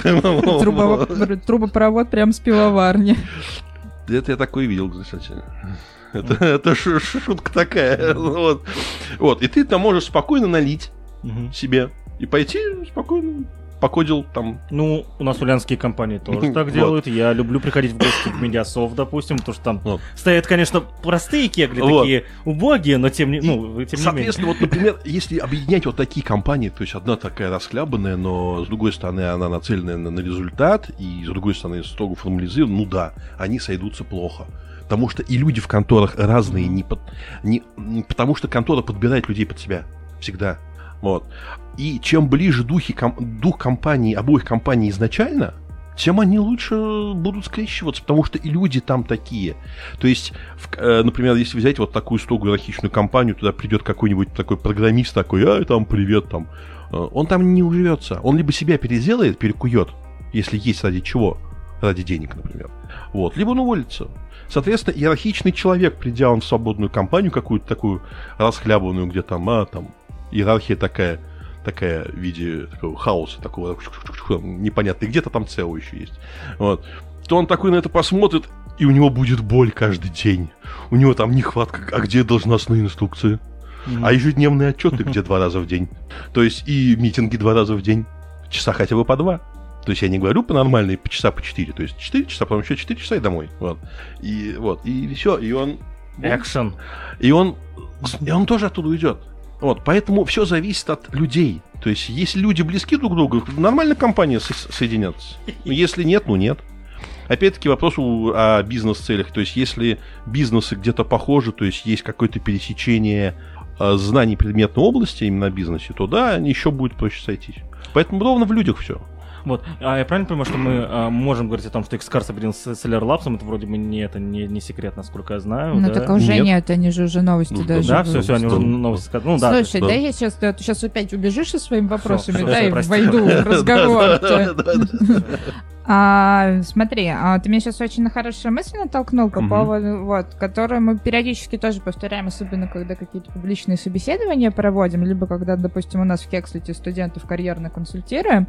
Трубопровод прям с пивоварни. Это я такое видел, кстати. Это шутка такая. Вот. И ты там можешь спокойно налить себе и пойти спокойно. Покодил там. Ну, у нас ульянские компании тоже так делают. Я люблю приходить в гости в Медиасофт, допустим, потому что там стоят, конечно, простые кегли, такие убогие, но тем не менее. Соответственно, вот, например, если объединять вот такие компании, то есть одна такая расхлябанная, но с другой стороны она нацелена на результат, и с другой стороны строго формализирована, ну да, они сойдутся плохо. Потому что и люди в конторах разные, не потому что контора подбирает людей под себя всегда. Вот. И чем ближе дух компании, обоих компаний изначально, тем они лучше будут скрещиваться, потому что и люди там такие. То есть, например, если взять вот такую строгую иерархичную компанию, туда придет какой-нибудь такой программист такой, там, привет, там. Он там не уживется. Он либо себя переделает, перекует, если есть ради чего, ради денег, например. Вот. Либо он уволится. Соответственно, иерархичный человек, придя в свободную компанию, какую-то такую расхлябанную, где там, иерархия такая в виде такого хаоса, такого непонятно, и где-то там целое еще есть. Вот. То он такой на это посмотрит, и у него будет боль каждый день. У него там нехватка, а где должностные инструкции? А ежедневные отчеты где 2 раза в день? То есть и митинги 2 раза в день. Часа хотя бы по 2. То есть я не говорю по нормальной, по часа по 4. То есть 4 часа, потом еще 4 часа и домой. Вот. И все, и он... Экшен. И он тоже оттуда уйдет. Вот, поэтому все зависит от людей. То есть, если люди близки друг к другу, нормально компания соединятся. Если нет, нет. Опять-таки вопрос о бизнес-целях. То есть, если бизнесы где-то похожи, то есть, есть какое-то пересечение знаний предметной области именно о бизнесе, то да, еще будет проще сойтись. Поэтому ровно в людях все. Вот. А я правильно понимаю, что мы можем говорить о том, что X-Cars объединился с Solar Labs? Это вроде бы не секрет, насколько я знаю. Ну, так уже нет, они же уже новости даже. Да, все, они уже новости сказали. Слушай, да я сейчас опять убежишь со своими вопросами, да, и войду в разговор. Смотри, ты меня сейчас очень на хорошую мысль натолкнул по поводу, которую мы периодически тоже повторяем, особенно когда какие-то публичные собеседования проводим, либо когда, допустим, у нас в Кекслите студентов карьерно консультируем.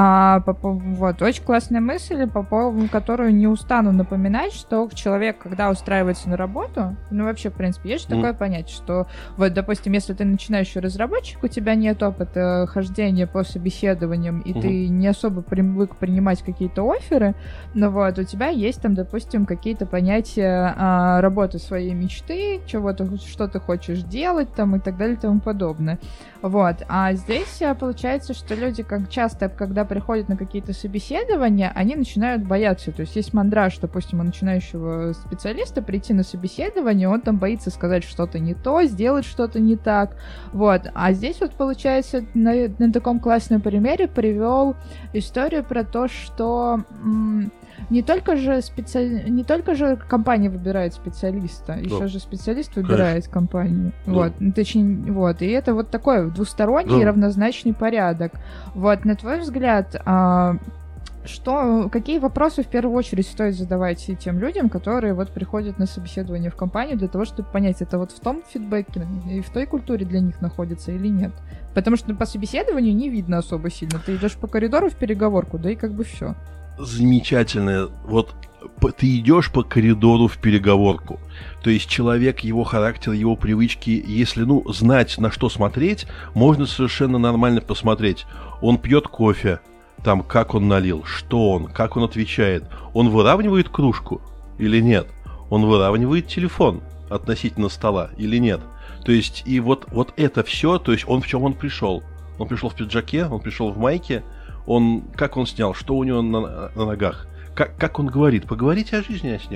Очень классная мысль, по поводу которую не устану напоминать, что человек, когда устраивается на работу, ну вообще, в принципе, есть же такое понятие, что, вот, допустим, если ты начинающий разработчик, у тебя нет опыта хождения по собеседованиям, и ты не особо привык принимать какие-то офферы, но вот у тебя есть там, допустим, какие-то понятия работы своей мечты, что ты хочешь делать там и так далее и тому подобное. Вот. А здесь получается, что люди как часто, когда приходят на какие-то собеседования, они начинают бояться. То есть есть мандраж, допустим, у начинающего специалиста прийти на собеседование, он там боится сказать что-то не то, сделать что-то не так. Вот. А здесь вот получается на таком классном примере привел историю про то, что не только же компания выбирает специалиста, еще же специалист выбирает компанию. Вот, точнее, вот. И это вот такой двусторонний равнозначный порядок. Вот, на твой взгляд, какие вопросы в первую очередь стоит задавать тем людям, которые вот приходят на собеседование в компанию для того, чтобы понять, это вот в том фидбэке и в той культуре для них находится или нет? Потому что по собеседованию не видно особо сильно. Ты идешь по коридору в переговорку, да и как бы все. Замечательно. Вот ты идешь по коридору в переговорку. То есть человек, его характер, его привычки, если, знать, на что смотреть, можно совершенно нормально посмотреть. Он пьет кофе, там, как он налил, что он, как он отвечает. Он выравнивает кружку или нет? Он выравнивает телефон относительно стола или нет? То есть, и вот это все, то есть, в чем он пришел? Он пришел в пиджаке, он пришел в майке, как он снял, что у него на ногах, как он говорит, поговорите о жизни с ним.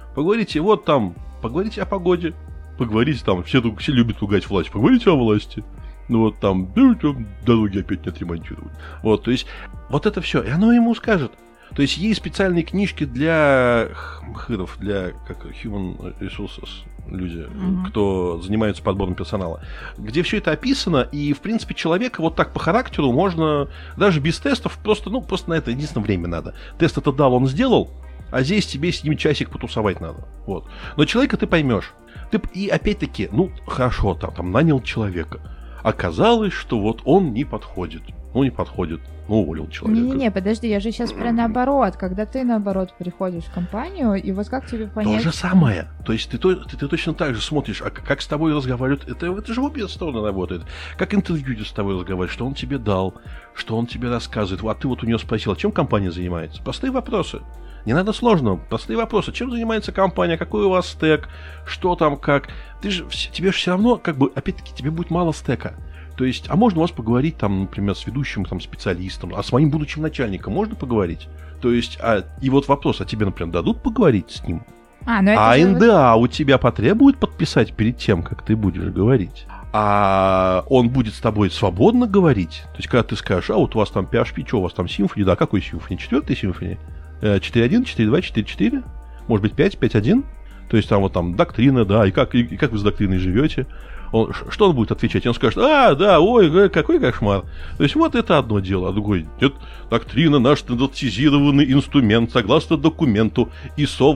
Поговорите вот там, поговорите о погоде, поговорите там, все любят ругать власть, поговорите о власти. Ну вот там, дороги опять не отремонтируют. Вот, то есть, вот это все, и оно ему скажет. То есть, есть специальные книжки для хыров, для как Human Resources, люди, кто занимается подбором персонала, где все это описано, и, в принципе, человека вот так по характеру можно, даже без тестов, просто на это единственное время надо. Тест это дал, он сделал, а здесь тебе с ним часик потусовать надо. Вот. Но человека ты поймешь. И опять-таки, хорошо, там нанял человека. Оказалось, что вот он не подходит. Уволил человека. Не-не-не, подожди, я же сейчас про наоборот. Когда ты, наоборот, приходишь в компанию, и вот как тебе понять... То же самое. То есть ты точно так же смотришь, а как с тобой разговаривают, это же в обе стороны работает. Как интервьюер с тобой разговаривает, что он тебе дал, что он тебе рассказывает. А ты вот у него спросил, чем компания занимается? Простые вопросы. Не надо сложного, простые вопросы. Чем занимается компания, какой у вас стек, что там, как. Тебе же все равно, опять-таки, тебе будет мало стека. То есть, а можно у вас поговорить, там, например, с ведущим там, специалистом, а с моим будущим начальником можно поговорить? То есть, и вот вопрос, а тебе, например, дадут поговорить с ним? НДА у тебя потребует подписать перед тем, как ты будешь говорить? А он будет с тобой свободно говорить? То есть, когда ты скажешь, вот у вас там PHP, что у вас там Symfony, да, какой Symfony? 4-й Symfony? 4.1, 4.2, 4.4? Может быть, 5, 5.1? То есть, там вот там доктрина, да, и как вы с докриной живете? Что он будет отвечать? Он скажет, какой кошмар. То есть, вот это одно дело. А другое, нет, доктрина наш стандартизированный инструмент, согласно документу ISO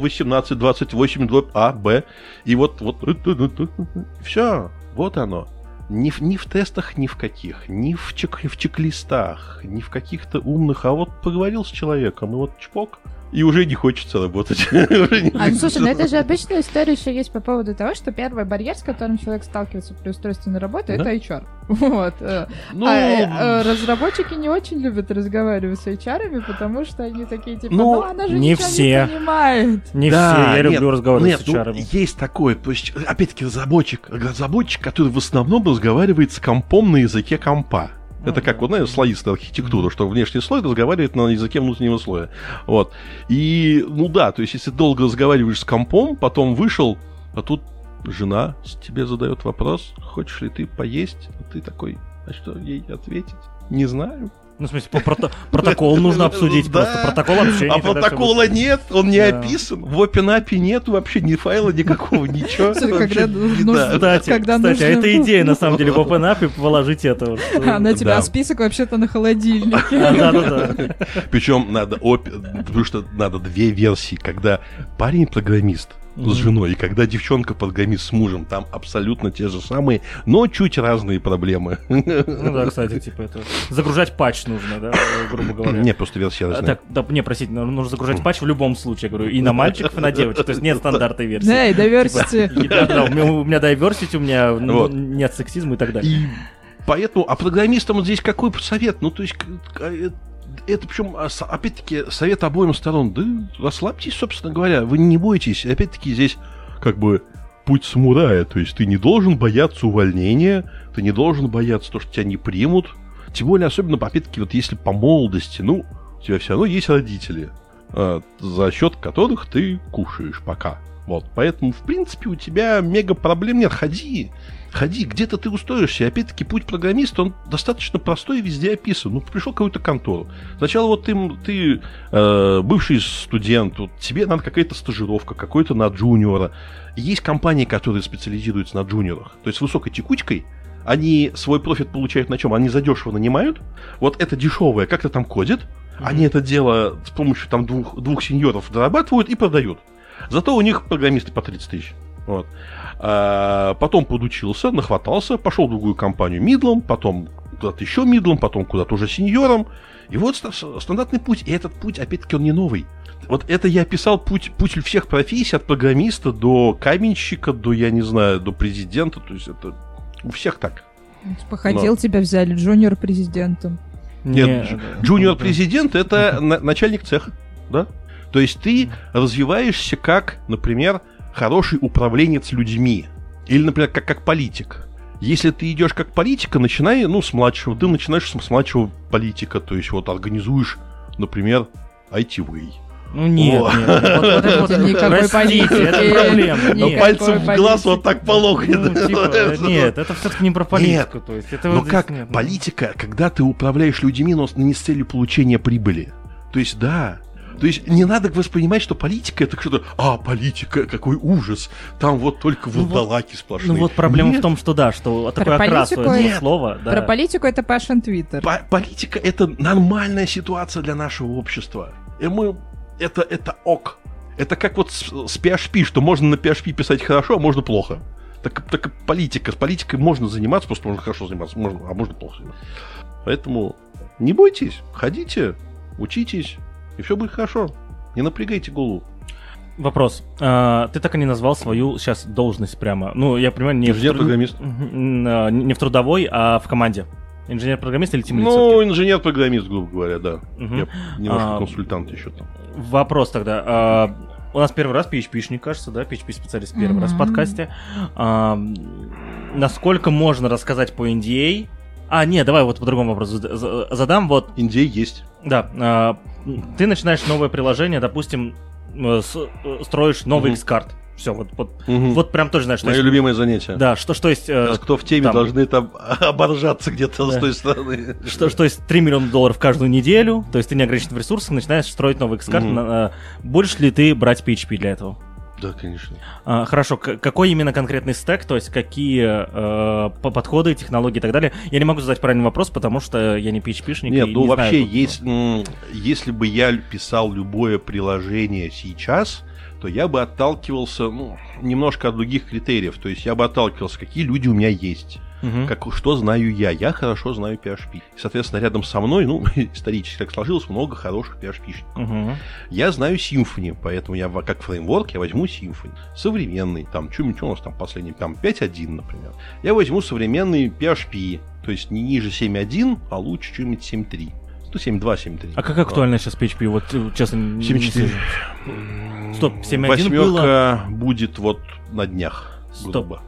1828-А-Б. И вот, все, вот оно. Ни в тестах, ни в каких, ни в чек-листах, ни в каких-то умных, а вот поговорил с человеком, и вот чпок, и уже не хочется работать. Слушай, это же обычная история еще есть по поводу того, что первый барьер, с которым человек сталкивается при устройстве на работу, это HR. Вот. Разработчики не очень любят разговаривать с HR-ами, потому что они такие, типа, она же ничего не понимает. Не все, я люблю разговаривать с HR-ами. Есть такое, то есть, опять-таки, разработчик, который в основном разговаривает с компом на языке компа. Это как, слоистая архитектура, что внешний слой разговаривает на языке внутреннего слоя. Вот. И, то есть, если долго разговариваешь с компом, потом вышел, а тут жена тебе задает вопрос, хочешь ли ты поесть? А ты такой, а что ей ответить? Не знаю. В смысле, протокол нужно обсудить, просто протокол общения. А протокола нет, он не описан. В OpenAPI нет вообще ни файла никакого, ничего. Кстати, это идея, на самом деле, в OpenAPI положить это. На тебя список вообще-то на холодильнике. Да. Причем потому что надо две версии, когда парень-программист с женой, и когда девчонка-программист с мужем, там абсолютно те же самые, но чуть разные проблемы. Кстати, это загружать патч нужно, да, грубо говоря. Не, просто версия разная. Простите, нужно загружать патч в любом случае, говорю, и на мальчиков, и на девочек, то есть нет стандартной версии. Да, и diversity. У меня diversity, у меня нет сексизма и так далее. И поэтому, а программистам здесь какой совет? То есть... Это, причем, опять-таки, совет обоим сторон. Да расслабьтесь, собственно говоря, вы не бойтесь. Опять-таки, здесь путь самурая. То есть ты не должен бояться увольнения, ты не должен бояться того, что тебя не примут. Тем более, особенно, опять-таки, если по молодости, у тебя все равно есть родители, за счет которых ты кушаешь пока. Вот, поэтому, в принципе, у тебя мега проблем нет. Ходи, где-то ты устроишься. И опять-таки, путь программиста, он достаточно простой и везде описан. Пришел в какую-то контору. Сначала ты бывший студент, тебе надо какая-то стажировка, какой-то на джуниора. И есть компании, которые специализируются на джуниорах. То есть с высокой текучкой они свой профит получают на чем? Они задешево нанимают. Вот это дешевое как-то там кодит. Они это дело с помощью там двух сеньоров дорабатывают и продают. Зато у них программисты по 30 тысяч. Вот. Потом подучился, нахватался, пошел в другую компанию мидлом, потом куда-то еще мидлом, потом куда-то уже сеньором. И вот стандартный путь. И этот путь, опять-таки, он не новый. Вот это я описал путь всех профессий, от программиста до каменщика, до президента. То есть это у всех так. Походил, тебя взяли джуниор-президентом. Нет, джуниор-президент — это начальник цеха, да? То есть ты развиваешься как, например, хороший управленец людьми. Или, например, как политик. Если ты идешь как политика, начинай, с младшего. Ты начинаешь с младшего политика. То есть, организуешь, например, ITV. Ну нет, О. нет. Вот это вот, Никакой простите, политики. это проблема. Но Никакой Нет. пальцем в глаз политики. вот так полохает. Ну, типа, нет, это все-таки не про политику. То есть, это Но вот как здесь нет. политика, когда ты управляешь людьми, но не с целью получения прибыли. То есть, да. То есть не надо воспринимать, что политика это что-то, политика, какой ужас. Там вот только Ну вот- вурдалаки сплошные. Ну вот проблема Нет. в том, что да, что такой окрас у политику этого нет. слова. Да. Про политику это Пашин твиттер. Политика это нормальная ситуация для нашего общества. И это ок. Это как вот с PHP, что можно на PHP писать хорошо, а можно плохо. Так и политика. С политикой можно заниматься, просто можно хорошо заниматься, а можно плохо заниматься. Поэтому не бойтесь, ходите, учитесь, и все будет хорошо. Не напрягайте голову. Вопрос. Ты так и не назвал свою сейчас должность прямо. Ну, я понимаю, не Инженер-программист. не в трудовой, а в команде. Инженер-программист или тимлид Ну, всё-таки? инженер-программист, грубо говоря, да. Мгм. Я немножко А, консультант еще там. Вопрос тогда. У нас первый раз PHP-шник, кажется, да? PHP-специалист первый раз в подкасте. Насколько можно рассказать по NDA? Нет, давай вот по другому вопросу задам. Вот, Индей есть. да, ты начинаешь новое приложение, допустим, строишь новый Мгм. Xcart. Все, Мгм. вот прям тоже знаешь, что Мое есть. любимое занятие. Да, что есть... Сейчас кто в теме там. должны там оборжаться где-то Да. с той стороны. Что есть $3 миллиона каждую неделю, то есть ты не ограничен в ресурсах, начинаешь строить новый Xcart. Мгм. Будешь ли ты брать PHP для этого? Да, конечно. Хорошо, какой именно конкретный стек, то есть какие подходы, технологии и так далее? Я не могу задать правильный вопрос, потому что я не PHP-шник. Нет, и ну не вообще, знаю, если бы я писал любое приложение сейчас, то я бы отталкивался немножко от других критериев. То есть я бы отталкивался, какие люди у меня есть. Мгм. Что знаю я? Я хорошо знаю PHP. И, соответственно, рядом со мной, исторически так сложилось, много хороших PHP-шников. Мгм. Я знаю Symfony, поэтому я как фреймворк я возьму Symfony. Современный, там, что у нас там последний, там 5.1, например. Я возьму современный PHP, то есть не ниже 7.1, а лучше что-нибудь 7.3. 7.2, 7.3. А как актуально сейчас PHP? Вот честно, не 7.4. слежу. Стоп, 7.1 Восьмерка было... будет вот на днях. Стоп, грубо.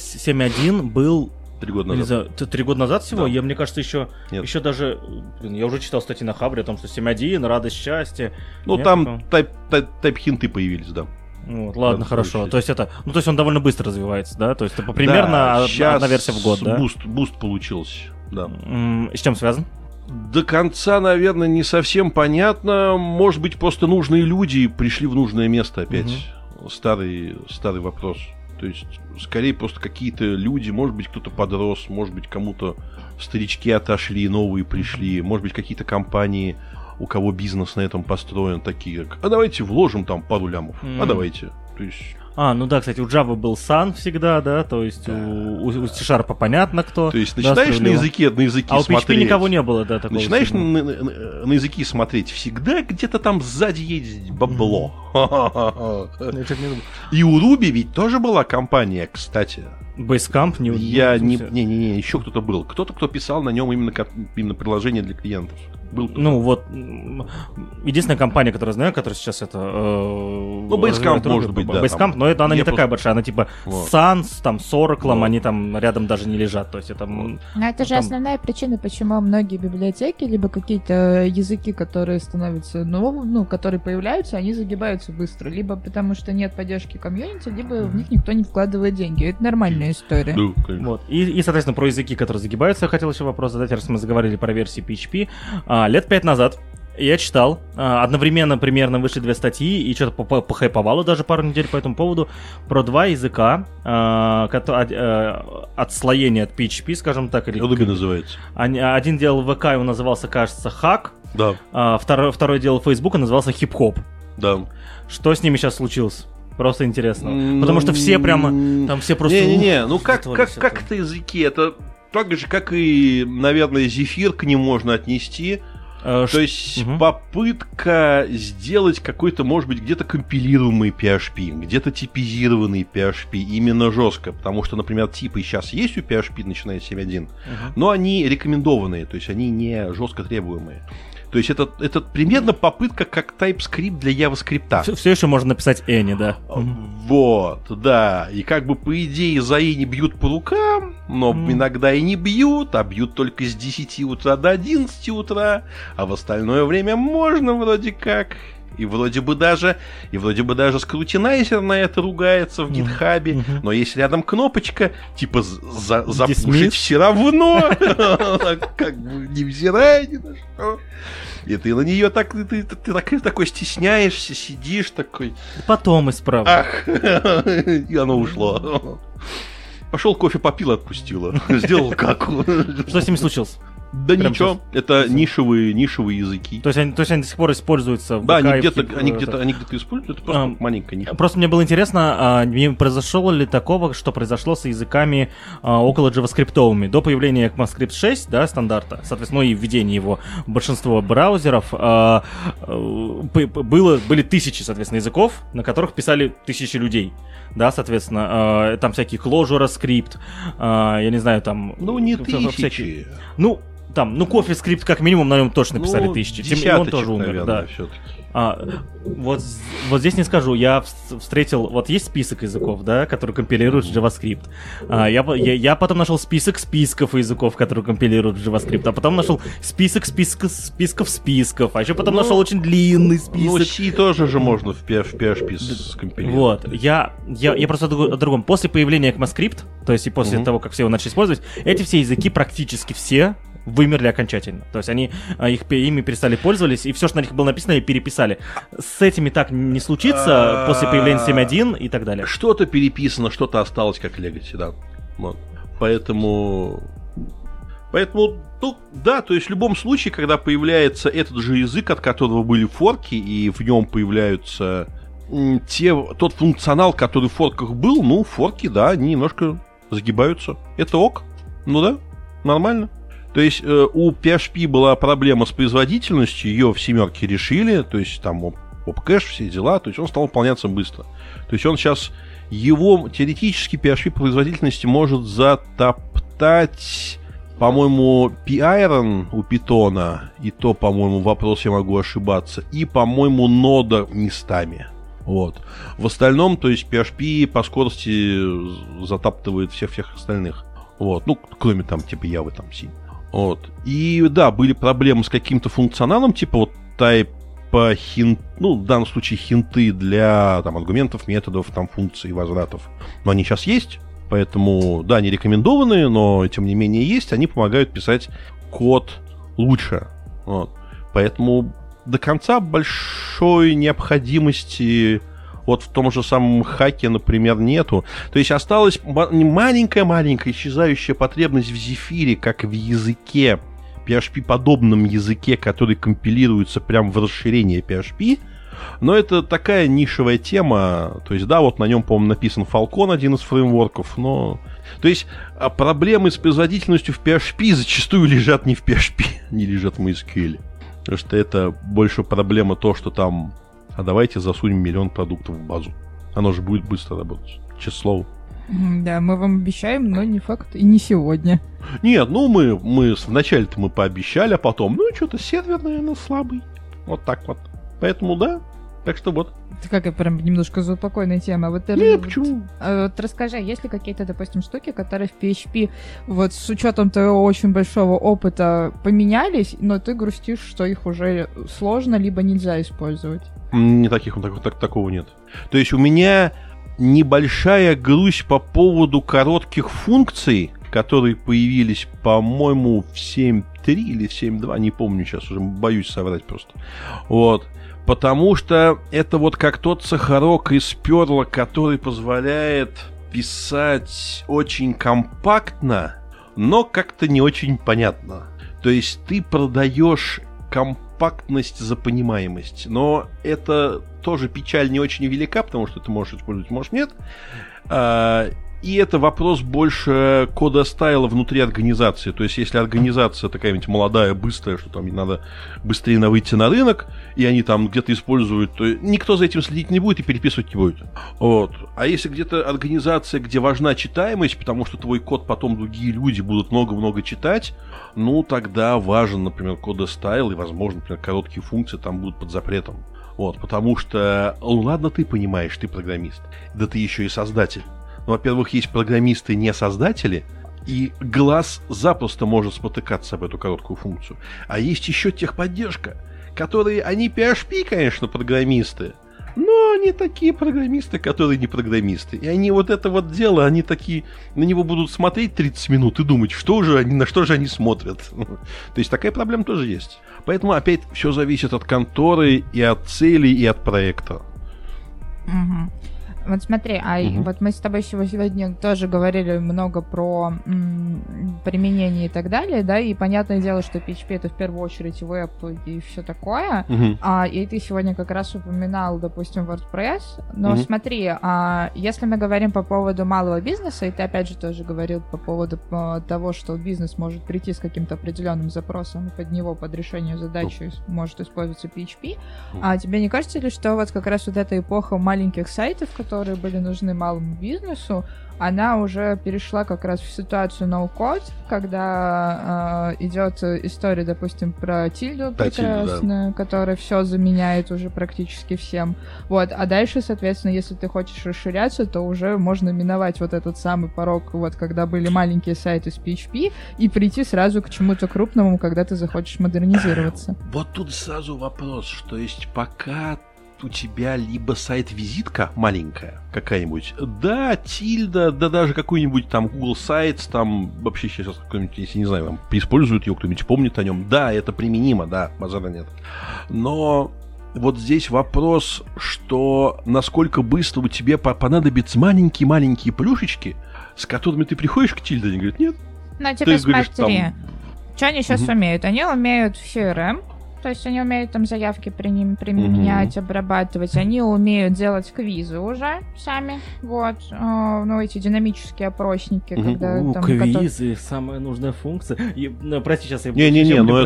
7.1 был... 3 года Я не назад. знаю, 3 года назад всего? Да. Мне кажется, еще Нет. даже... Я уже читал статьи на Хабре о том, что 7.1, радость, счастье. Ну, Нет там такого? тайп-хинты появились, да. Вот, ладно, Да, хорошо. случилось. То есть это... Ну, то есть он довольно быстро развивается, да? То есть это примерно одна версия в год, да? Буст получился, да. С чем связан? До конца, наверное, не совсем понятно. Может быть, просто нужные люди пришли в нужное место опять. Старый вопрос. То есть, скорее, просто какие-то люди, может быть, кто-то подрос, может быть, кому-то старички отошли, новые пришли, может быть, какие-то компании, у кого бизнес на этом построен, такие как, давайте вложим там пару лямов, давайте. То есть... Ну да, кстати, у Java был Sun всегда, да, то есть у C-Sharp понятно кто. То есть да, начинаешь на справедливо. языке А у PHP смотреть. никого не было, да, такого. Начинаешь всего. на языки смотреть, всегда где-то там сзади есть бабло. Я чё-то не думал. И у Ruby ведь тоже была компания, кстати. Basecamp не... Я ну, не, в смысле- не, еще кто-то был. Кто-то, кто писал на нем именно приложение для клиентов. Был кто-то. Ну вот, единственная компания, которую знаю, которая сейчас это... Basecamp, может быть, да, Basecamp, там. но это она не Я такая большая, она типа Вот. Sans, там, с Oracle, Вот. они там рядом даже не лежат, то есть это... Но это же Там- основная причина, почему многие библиотеки, либо какие-то языки, которые становятся новым, которые появляются, они загибаются быстро. Либо потому что нет поддержки комьюнити, либо в них никто не вкладывает деньги. Это нормальная история. Да, конечно. Вот. И, соответственно, про языки, которые загибаются, я хотел еще вопрос задать, раз мы заговорили про версии PHP. Лет 5 назад я читал, одновременно примерно вышли 2 статьи, и что-то похайповало даже пару недель по этому поводу, про 2 языка, отслоения от PHP, скажем так. Или Ruby называется. один делал ВК, его назывался, кажется, Hack, Да, второй делал Facebook, и назывался Hip-Hop. да. Что с ними сейчас случилось? Просто интересно. Потому что все прямо, там все просто... Не-не-не, ну как готовились это языки? Это так же, как и, наверное, Zephyr к ним можно отнести. То есть попытка сделать какой-то, может быть, где-то компилируемый PHP, где-то типизированный PHP, именно жестко. Потому что, например, типы сейчас есть у PHP, начиная с 7.1, но они рекомендованные, то есть они не жестко требуемые. То есть это примерно попытка как TypeScript для JavaScript. Все еще можно написать Any, да. Вот, да. И как бы по идее за Any бьют по рукам, но иногда и не бьют, а бьют только с 10 утра до 11 утра, а в остальное время можно вроде как. И вроде бы даже скрутинайзер на это ругается в гитхабе, но есть рядом кнопочка, типа запушить все равно, как бы невзирая ни на что. И ты на нее ты такой стесняешься, сидишь такой. Потом исправлю. Ах, и оно ушло. Пошел кофе попил, отпустило. Сделал каку. Что с ним случилось? Да прям ничего, это нишевые языки. То есть они до сих пор используются в Да, ВК, они где-то используют, это просто маленькая ниша. Просто мне было интересно, не произошло ли такого, что произошло с языками около JavaScript-овыми. До появления ECMAScript 6, да, стандарта, соответственно, и введения его в большинство браузеров, были тысячи, соответственно, языков, на которых писали тысячи людей. Да, соответственно, там всякие Clojure скрипт, я не знаю, там... Ну, не тысячи. Кофе скрипт как минимум на нем точно писали тысячи. Десяточек, он тоже умер, наверное, да. все-таки. Вот здесь не скажу, я встретил, вот есть список языков, да, которые компилируют JavaScript. Я потом нашел список списков языков, которые компилируют JavaScript, а потом нашел список списков, а еще потом нашел очень длинный список. Ну, C тоже же можно в PHP скомпилировать. Вот, я просто о другом. После появления ECMAScript, то есть и после того, как все его начали использовать, эти все языки практически все вымерли окончательно. То есть ими перестали пользоваться, и все, что на них было написано, переписали. С этими так не случится после появления 7.1 и так далее. Что-то переписано, что-то осталось как legacy, да. Вот. Поэтому, да, то есть в любом случае, когда появляется этот же язык, от которого были форки, и в нем появляются тот функционал, который в форках был, форки, да, они немножко загибаются. Это ок. Ну да, нормально. То есть у PHP была проблема с производительностью, ее в 7 решили, то есть там опкэш, все дела, то есть он стал выполняться быстро. То есть он сейчас, его теоретически PHP по производительности может затоптать, по-моему, P-Iron у Python, и то, по-моему, вопрос, я могу ошибаться, и, по-моему, нода местами. Вот. В остальном, то есть PHP по скорости затаптывает всех остальных. Вот. Кроме там, типа Явы, там, C. Вот. И да, были проблемы с каким-то функционалом, типа вот тайпа в данном случае хинты для там аргументов, методов, там функций, возвратов. Но они сейчас есть, поэтому, да, они рекомендованные, но тем не менее есть, они помогают писать код лучше. Вот. Поэтому до конца большой необходимости вот в том же самом хаке, например, нету. То есть осталась маленькая исчезающая потребность в Зефире, как в языке, PHP-подобном языке, который компилируется прямо в расширение PHP. Но это такая нишевая тема. То есть, да, вот на нем, по-моему, написан Falcon, один из фреймворков, но... То есть проблемы с производительностью в PHP зачастую лежат не в PHP, не лежат в MySQL. Потому что это больше проблема то, что там... А давайте засунем 1 миллион продуктов в базу. Оно же будет быстро работать. Честное слово. Да, мы вам обещаем, но не факт. И не сегодня. Нет, мы вначале-то мы пообещали, а потом, что-то сервер, наверное, слабый. Вот так вот. Поэтому, да. Так что вот. Это какая прям немножко заупокойная тема. Почему? Вот расскажи, есть ли какие-то, допустим, штуки, которые в PHP вот с учетом твоего очень большого опыта поменялись, но ты грустишь, что их уже сложно, либо нельзя использовать? Не такого нет. То есть у меня небольшая грусть по поводу коротких функций, которые появились, по-моему, в 7.3 или в 7.2, не помню сейчас, уже боюсь соврать просто. Вот. Потому что это вот как тот сахарок из Perl, который позволяет писать очень компактно, но как-то не очень понятно. То есть ты продаешь компактность за понимаемость. Но это тоже печаль не очень велика, потому что ты можешь использовать, можешь нет. И это вопрос больше кода стайла внутри организации. То есть, если организация такая-нибудь молодая, быстрая, что там надо быстрее выйти на рынок, и они там где-то используют, то никто за этим следить не будет и переписывать не будет. Вот. А если где-то организация, где важна читаемость, потому что твой код потом другие люди будут много-много читать, тогда важен, например, кода стайл, и, возможно, например, короткие функции там будут под запретом. Вот. Потому что, ладно, ты понимаешь, ты программист, да ты еще и создатель. Во-первых, есть программисты, не создатели, и глаз запросто может спотыкаться об эту короткую функцию. А есть еще техподдержка, которые, они PHP, конечно, программисты, но они такие программисты, которые не программисты. И они вот это вот дело, они такие, на него будут смотреть 30 минут и думать, на что же они смотрят. То есть такая проблема тоже есть. Поэтому опять все зависит от конторы и от целей, и от проекта. Вот смотри, вот мы с тобой сегодня тоже говорили много про применение и так далее, да, и понятное дело, что PHP это в первую очередь веб и все такое, и ты сегодня как раз упоминал, допустим, WordPress, но смотри, если мы говорим по поводу малого бизнеса, и ты опять же тоже говорил по поводу того, что бизнес может прийти с каким-то определенным запросом, и под него, под решение задачи может использоваться PHP, а тебе не кажется ли, что вот как раз вот эта эпоха маленьких сайтов, которые были нужны малому бизнесу, она уже перешла как раз в ситуацию no-code, когда идет история, допустим, про тильду прекрасную, да, которая все заменяет уже практически всем. Вот. А дальше, соответственно, если ты хочешь расширяться, то уже можно миновать вот этот самый порог, вот когда были маленькие сайты с PHP, и прийти сразу к чему-то крупному, когда ты захочешь модернизироваться. Вот тут сразу вопрос, что есть пока у тебя либо сайт-визитка маленькая какая-нибудь, да, тильда, да даже какой-нибудь там Google Sites, там вообще сейчас какой-нибудь, если не знаю, там используют ее, кто-нибудь помнит о нем, да, это применимо, да, базара нет. Но вот здесь вопрос, что насколько быстро у тебя понадобятся маленькие-маленькие плюшечки, с которыми ты приходишь к тильде, они говорят, нет. Ну, тебе смотри, что они сейчас умеют? Они умеют CRM, то есть они умеют там заявки применять, обрабатывать, они умеют делать квизы уже сами, вот, ну, эти динамические опросники, когда там... Квизы, самая нужная функция. Прости, сейчас я... Не-не-не, ну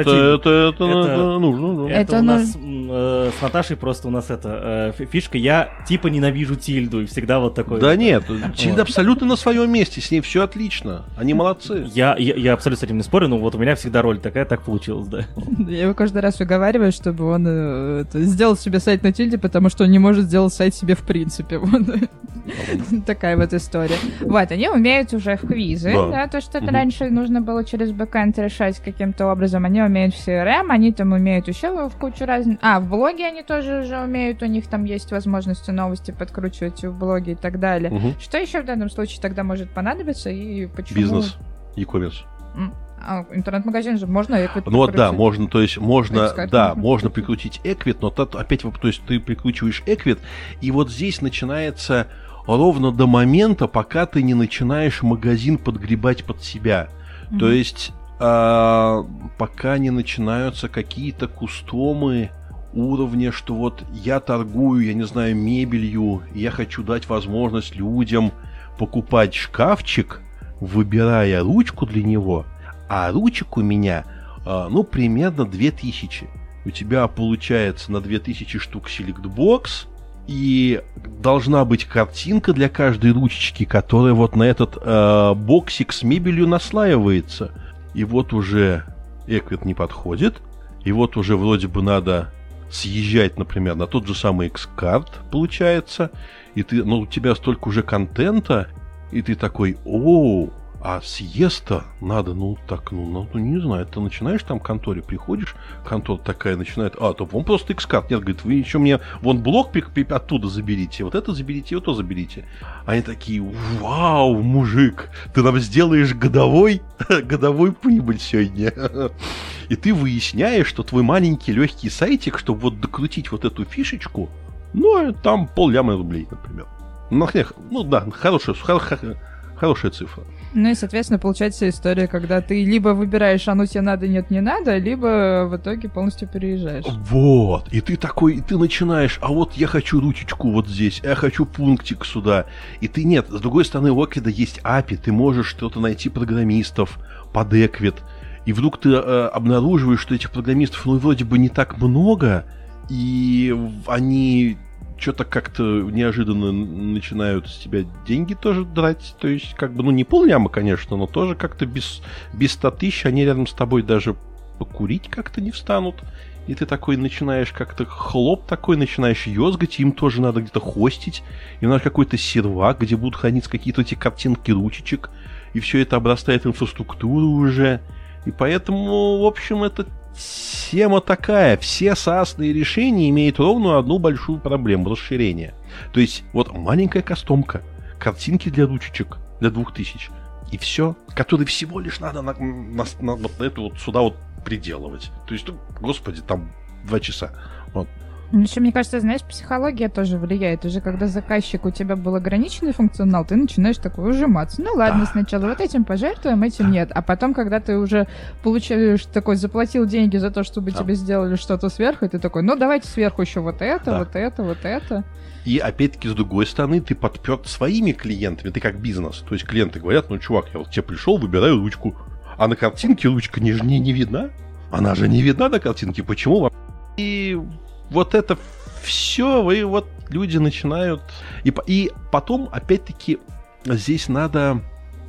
это нужно. Это у нас с Наташей просто у нас это фишка, я типа ненавижу тильду, и всегда вот такой... Да нет, тильда абсолютно на своем месте, с ней все отлично, они молодцы. Я абсолютно с этим не спорю, но вот у меня всегда роль такая, так получилось, да. Я его каждый раз уговариваю, чтобы он сделал себе сайт на тильде, потому что он не может сделать сайт себе в принципе. Такая вот история. Вот, они умеют уже в квизы, да, то, что раньше нужно было через бэкэнд решать каким-то образом. Они умеют в CRM, они там умеют еще в кучу разных... в блоге они тоже уже умеют, у них там есть возможности новости подкручивать в блоге и так далее. Что еще в данном случае тогда может понадобиться и почему? Бизнес, e-commerce. Интернет-магазин же можно Эквит прикрутить. Ну да, можно, то есть можно, да, можно прикрутить Эквит, но опять, то есть ты прикручиваешь Эквит, и вот здесь начинается ровно до момента, пока ты не начинаешь магазин подгребать под себя. То есть пока не начинаются какие-то кустомы уровня, что вот я торгую, я не знаю, мебелью, и я хочу дать возможность людям покупать шкафчик, выбирая ручку для него, а ручек у меня, примерно 2000. У тебя получается на 2000 штук селектбокс, и должна быть картинка для каждой ручечки, которая вот на этот боксик с мебелью наслаивается. И вот уже Эквит не подходит, и вот уже вроде бы надо съезжать, например, на тот же самый Xcart, получается, и ты, у тебя столько уже контента, и ты такой, а съезд-то надо, не знаю, ты начинаешь там в конторе, приходишь, контора такая начинает, то он просто Xcart, нет, говорит, вы еще мне вон блок оттуда заберите, вот это заберите, вот то заберите. Они такие, вау, мужик, ты нам сделаешь годовой прибыль сегодня. И ты выясняешь, что твой маленький легкий сайтик, чтобы вот докрутить вот эту фишечку, там 500 000 рублей, например. Хорошая цифра. Ну и, соответственно, получается история, когда ты либо выбираешь, оно тебе надо, нет, не надо, либо в итоге полностью переезжаешь. Вот. И ты такой, и ты начинаешь, вот я хочу ручечку вот здесь, я хочу пунктик сюда. И ты нет. С другой стороны, у Эквида есть API, ты можешь что-то найти программистов под Эквид. И вдруг ты обнаруживаешь, что этих программистов, вроде бы не так много, и они что-то как-то неожиданно начинают с тебя деньги тоже драть. То есть, не 500 000, конечно, но тоже как-то без 100 000 они рядом с тобой даже покурить как-то не встанут. И ты такой начинаешь как-то начинаешь ёзгать, им тоже надо где-то хостить. Им надо какой-то сервак, где будут храниться какие-то эти картинки ручечек. И все это обрастает инфраструктурой уже. И поэтому, в общем, это тема такая. Все SaaS-ные решения имеют ровно одну большую проблему — расширение. То есть вот маленькая кастомка, картинки для ручечек для 2000 и все, которые всего лишь надо на вот это вот сюда вот приделывать. То есть, господи, там 2 часа. Вот. Еще, мне кажется, знаешь, психология тоже влияет. Уже когда заказчик, у тебя был ограниченный функционал, ты начинаешь такой ужиматься. Ну ладно, сначала вот этим пожертвуем, этим нет. А потом, когда ты уже получаешь такой, заплатил деньги за то, чтобы тебе сделали что-то сверху, и ты такой, ну давайте сверху еще вот это, вот это, вот это. И опять-таки, с другой стороны, ты подперт своими клиентами, ты как бизнес. То есть клиенты говорят, ну, чувак, я вот к тебе пришел, выбираю ручку. А на картинке ручка не видна. Она же не видна на картинке. Почему вам? И вот это все, вы вот люди начинают... И потом, опять-таки, здесь надо...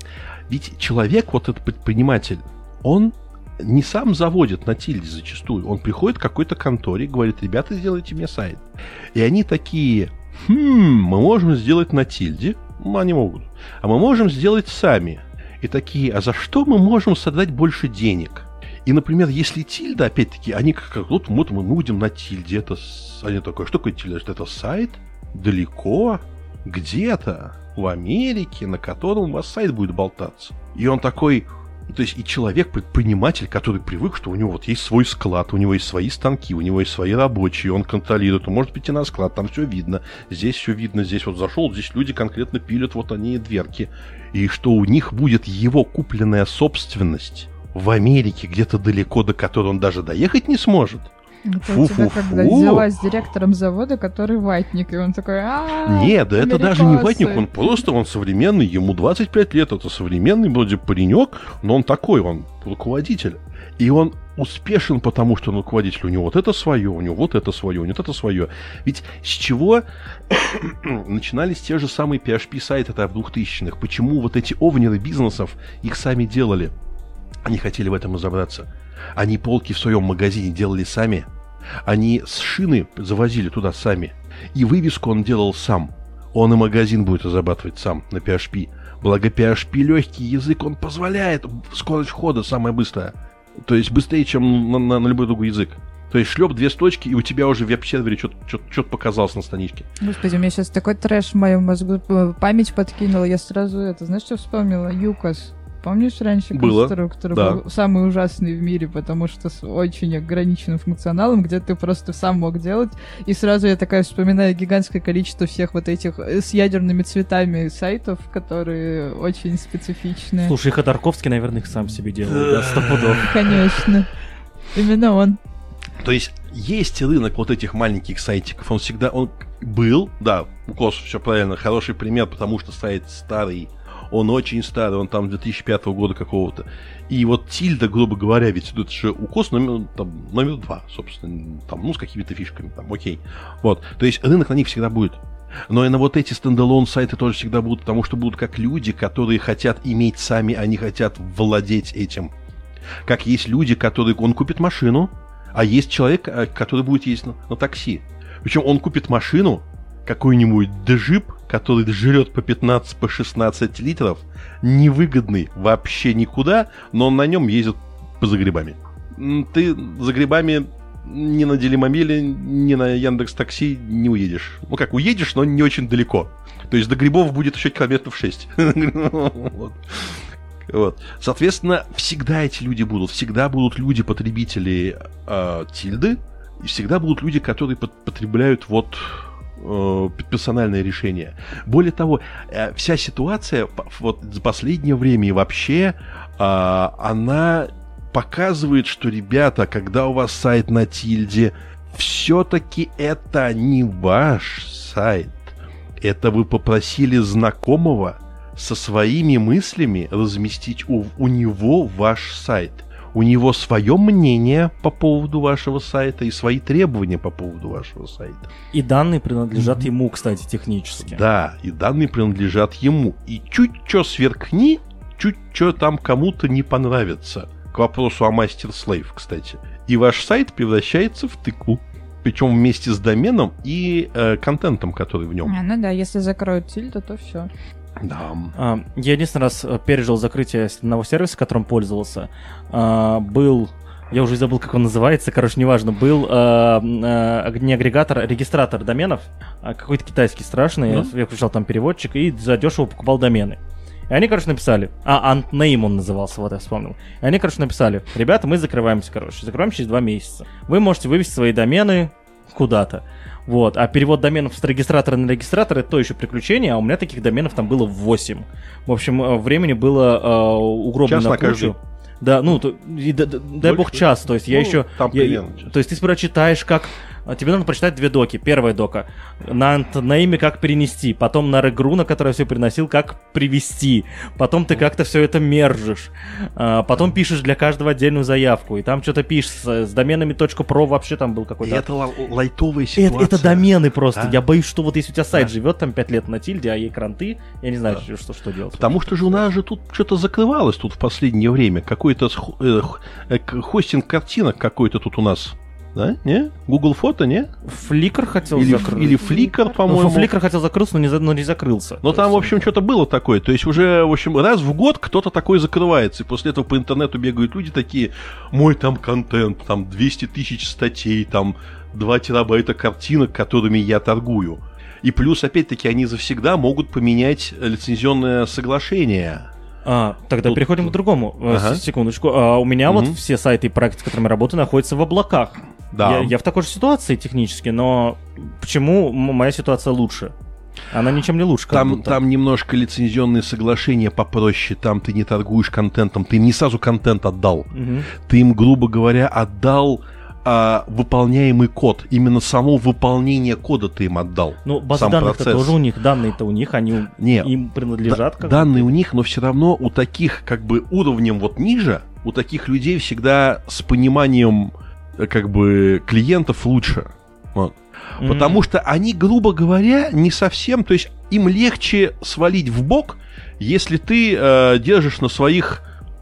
Ведь человек, вот этот предприниматель, он не сам заводит на тильде зачастую. Он приходит к какой-то конторе, говорит, ребята, сделайте мне сайт. И они такие... мы можем сделать на тильде. Они могут. А мы можем сделать сами. И такие, а за что мы можем создать больше денег? И, например, если тильда, опять-таки, они как вот мы будем на тильде. Они такое, что такое тильда? Это сайт далеко, где-то в Америке, на котором у вас сайт будет болтаться. И он такой... То есть и человек, предприниматель, который привык, что у него вот есть свой склад, у него есть свои станки, у него есть свои рабочие, он контролирует, он может прийти на склад, там все видно, здесь вот зашел, здесь люди конкретно пилят, вот они дверки. И что у них будет его купленная собственность в Америке, где-то далеко, до которой он даже доехать не сможет. Это у тебя когда взяла с директором завода, который ватник, и он такой, нет, да это даже не ватник, он современный, ему 25 лет, это современный вроде паренек, но он такой, он руководитель. И он успешен, потому что он руководитель, у него вот это свое, у него вот это свое, у него вот это свое. Ведь с чего начинались те же самые PHP-сайты в 2000-х? Почему вот эти овнеры бизнесов их сами делали? Они хотели в этом разобраться. Они полки в своем магазине делали сами. Они с шины завозили туда сами. И вывеску он делал сам. Он и магазин будет разрабатывать сам на PHP. Благо PHP легкий язык, он позволяет. Скорость входа самая быстрая. То есть быстрее, чем на любой другой язык. То есть шлеп 2 строчки, и у тебя уже в веб-сервере что-то показалось на страничке. Господи, у меня сейчас такой трэш в моем мозгу, память подкинула. Я сразу знаешь, что вспомнила? Юкос. Помнишь, раньше конструктор был самый ужасный в мире, потому что с очень ограниченным функционалом, где ты просто сам мог делать. И сразу я такая вспоминаю гигантское количество всех вот этих с ядерными цветами сайтов, которые очень специфичные. Слушай, Ходорковский, наверное, их сам себе делал, да, 100 пудов. Конечно. Именно он. То есть есть рынок вот этих маленьких сайтиков, он был, да, укос, все правильно, хороший пример, потому что сайт старый. Он очень старый, он там 2005 года какого-то. И вот тильда, грубо говоря, ведь это же укос номер 2, собственно, там, с какими-то фишками, там, окей. Вот, то есть рынок на них всегда будет. Но и на вот эти стендалон сайты тоже всегда будут, потому что будут как люди, которые хотят иметь сами, они хотят владеть этим. Как есть люди, он купит машину, а есть человек, который будет ездить на такси. Причем он купит машину, какой-нибудь джип, который жрет по 15-16 литров, невыгодный вообще никуда, но он на нем ездит за грибами. Ты за грибами ни на Делимобиле, ни на Яндекс.Такси не уедешь. Ну как, уедешь, но не очень далеко. То есть до грибов будет еще километров 6. Вот. Соответственно, всегда эти люди будут. Всегда будут люди-потребители тильды, и всегда будут люди, которые потребляют персональное решение. Более того, вся ситуация вот за последнее время и вообще она показывает, что, ребята, когда у вас сайт на тильде, все-таки это не ваш сайт. Это вы попросили знакомого со своими мыслями разместить у него ваш сайт. У него свое мнение по поводу вашего сайта и свои требования по поводу вашего сайта. И данные принадлежат ему, кстати, технически. Да, и данные принадлежат ему. И чуть что сверкни, чуть что там кому-то не понравится. К вопросу о мастер-слейв, кстати. И ваш сайт превращается в тыкву. Причем вместе с доменом и контентом, который в нем. Ну да, если закроют тильду, то все. Да. Я единственный раз пережил закрытие одного сервиса, которым пользовался. Был Я уже забыл, как он называется, короче, неважно, был не агрегатор, а регистратор доменов, какой-то китайский страшный, я включал там переводчик и задешево покупал домены. И они, короче, написали, Antname он назывался, вот я вспомнил. И они, короче, написали, ребята, мы закрываемся через 2 месяца. Вы можете вывести свои домены куда-то. Вот, а перевод доменов с регистратора на регистратор — это то еще приключение, а у меня таких доменов там было 8. В общем, времени было угроблено кучу. Да, ну, дай бог час, то есть я еще... Там примерно час. То есть ты сперва читаешь, как... Тебе нужно прочитать 2 доки. Первая дока на Antname как перенести, потом на Regru, на который я все переносил, как привести. Потом ты как-то все это мержишь. Потом пишешь для каждого отдельную заявку. И там что-то пишешь с доменами .pro, вообще там был какой-то... И это лайтовая ситуация. Это домены просто. Да? Я боюсь, что вот если у тебя сайт живет там 5 лет на тильде, а ей кранты, я не знаю, что делать. Потому что же у нас же тут что-то закрывалось тут в последнее время. Какой-то хостинг картинок какой-то тут у нас. Да? Не? Google фото, не? Flickr хотел закрыться. Или Flickr, по-моему. Flickr хотел закрыться, но не закрылся. Но там, в общем, что-то было такое. То есть уже, в общем, раз в год кто-то такой закрывается. И после этого по интернету бегают люди такие: мой там контент, там 200 тысяч статей, там 2 терабайта картинок, которыми я торгую. И плюс, опять-таки, они завсегда могут поменять лицензионное соглашение. Тогда переходим к другому. Секундочку. У меня вот все сайты и проекты, с которыми я работаю, находятся в облаках. Да. Я в такой же ситуации технически, но почему моя ситуация лучше? Она ничем не лучше. Там немножко лицензионные соглашения попроще. Там ты не торгуешь контентом. Ты им не сразу контент отдал. Ты им, грубо говоря, отдал выполняемый код. Именно само выполнение кода ты им отдал. Ну, базы данных-то тоже у них. Данные-то у них, они им принадлежат. Данные у них, но все равно у таких как бы уровнем вот ниже, у таких людей всегда с пониманием как бы клиентов лучше. Вот. Потому что они, грубо говоря, не совсем... То есть им легче свалить в бок, если ты держишь на своих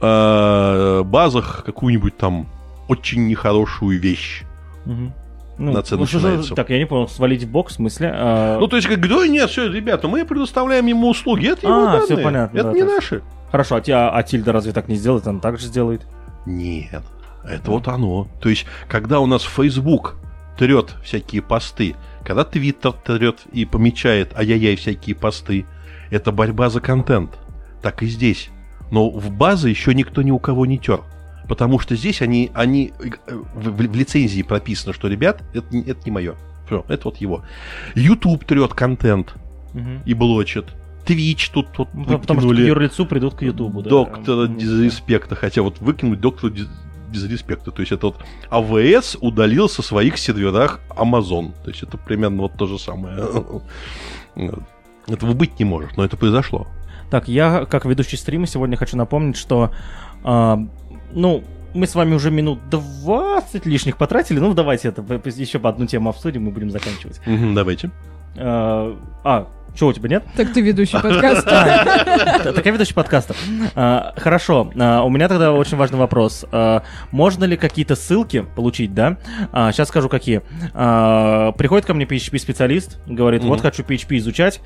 базах какую-нибудь там очень нехорошую вещь. На цену начинается. Так, я не понял, свалить в бок в смысле? Ну, то есть, как, да нет, все, ребята, мы предоставляем ему услуги, это его данные. Все понятно. Это не наши. Хорошо, а Тильда разве так не сделает? Он так же сделает? Нет, это вот оно. То есть, когда у нас Facebook трет всякие посты, когда Twitter трет и помечает ай-яй-яй всякие посты, это борьба за контент. Так и здесь. Но в базы еще никто ни у кого не тер. Потому что здесь они в лицензии прописано, что, ребят, это не мое. Все, это вот его. YouTube трет контент и блочит. Twitch тут выкинули. Потому что к юрлицу придут к YouTube. Доктора дизреспекта. Хотя вот выкинуть доктора дизреспекта. То есть это вот АВС удалил со своих серверах Amazon. То есть это примерно вот то же самое. Этого быть не может, но это произошло. Так, я, как ведущий стрима, сегодня хочу напомнить, что... мы с вами уже минут 20 лишних потратили. Ну, давайте еще по одну тему обсудим и будем заканчивать. Давайте. Что, у тебя нет? Так ты ведущий подкаста. Так я ведущий подкаста. Хорошо, у меня тогда очень важный вопрос. Можно ли какие-то ссылки получить, да? Сейчас скажу, какие. Приходит ко мне PHP-специалист, говорит, вот хочу PHP изучать.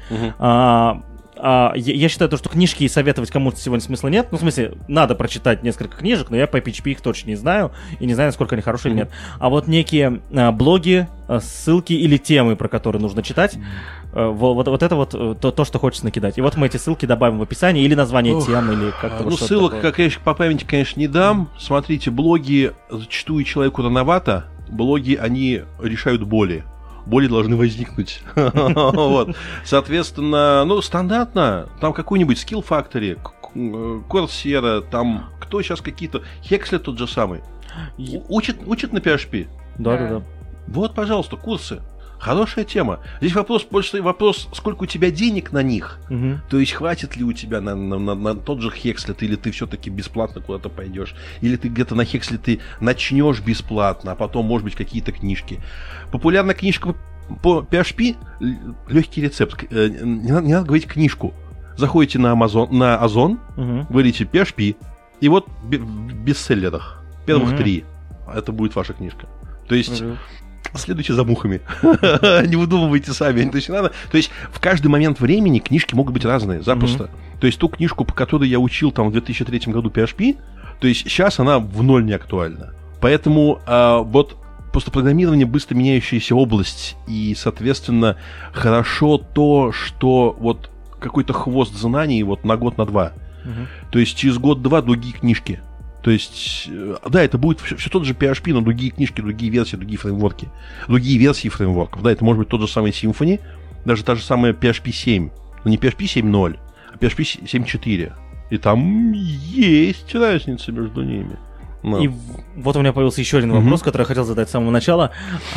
Я считаю, что книжки советовать кому-то сегодня смысла нет. Ну, в смысле, надо прочитать несколько книжек, но я по PHP их точно не знаю. И не знаю, насколько они хорошие или нет. А вот некие блоги, ссылки или темы, про которые нужно читать, вот это вот то, что хочется накидать. И вот мы эти ссылки добавим в описание, или название тем, или как-то вот что-то ссылок, такое. как я по памяти, конечно, не дам. Смотрите, блоги зачастую человеку рановато. Блоги, они решают боли. Боли должны возникнуть. Вот. Соответственно, стандартно, там какой-нибудь Skill Factory, Coursera, там кто сейчас какие-то... Hexlet тот же самый. Учит на PHP? Да. Вот, пожалуйста, курсы. Хорошая тема. Здесь вопрос, сколько у тебя денег на них. То есть, хватит ли у тебя на тот же Hexlet, или ты все-таки бесплатно куда-то пойдешь, или ты где-то на Hexlet начнешь бесплатно, а потом, может быть, какие-то книжки. Популярная книжка по PHP, легкий рецепт. Не надо говорить книжку. Заходите на Озон, вводите PHP, и вот в бестселлерах первых 3. Это будет ваша книжка. То есть... Следуйте за мухами. Не выдумывайте сами. То есть в каждый момент времени книжки могут быть разные, запросто. То есть ту книжку, по которой я учил там в 2003 году PHP, то есть сейчас она в ноль не актуальна. Поэтому вот просто программирование быстро меняющаяся область, и, соответственно, хорошо то, что вот какой-то хвост знаний вот на год, на два. То есть через год-два другие книжки. То есть, да, это будет все тот же PHP, но другие книжки, другие версии, другие фреймворки. Другие версии фреймворков. Да, это может быть тот же самый Symfony, даже та же самая PHP 7. Но не PHP 7.0, а PHP 7.4. И там есть разница между ними. Но. И вот у меня появился еще один вопрос, который я хотел задать с самого начала.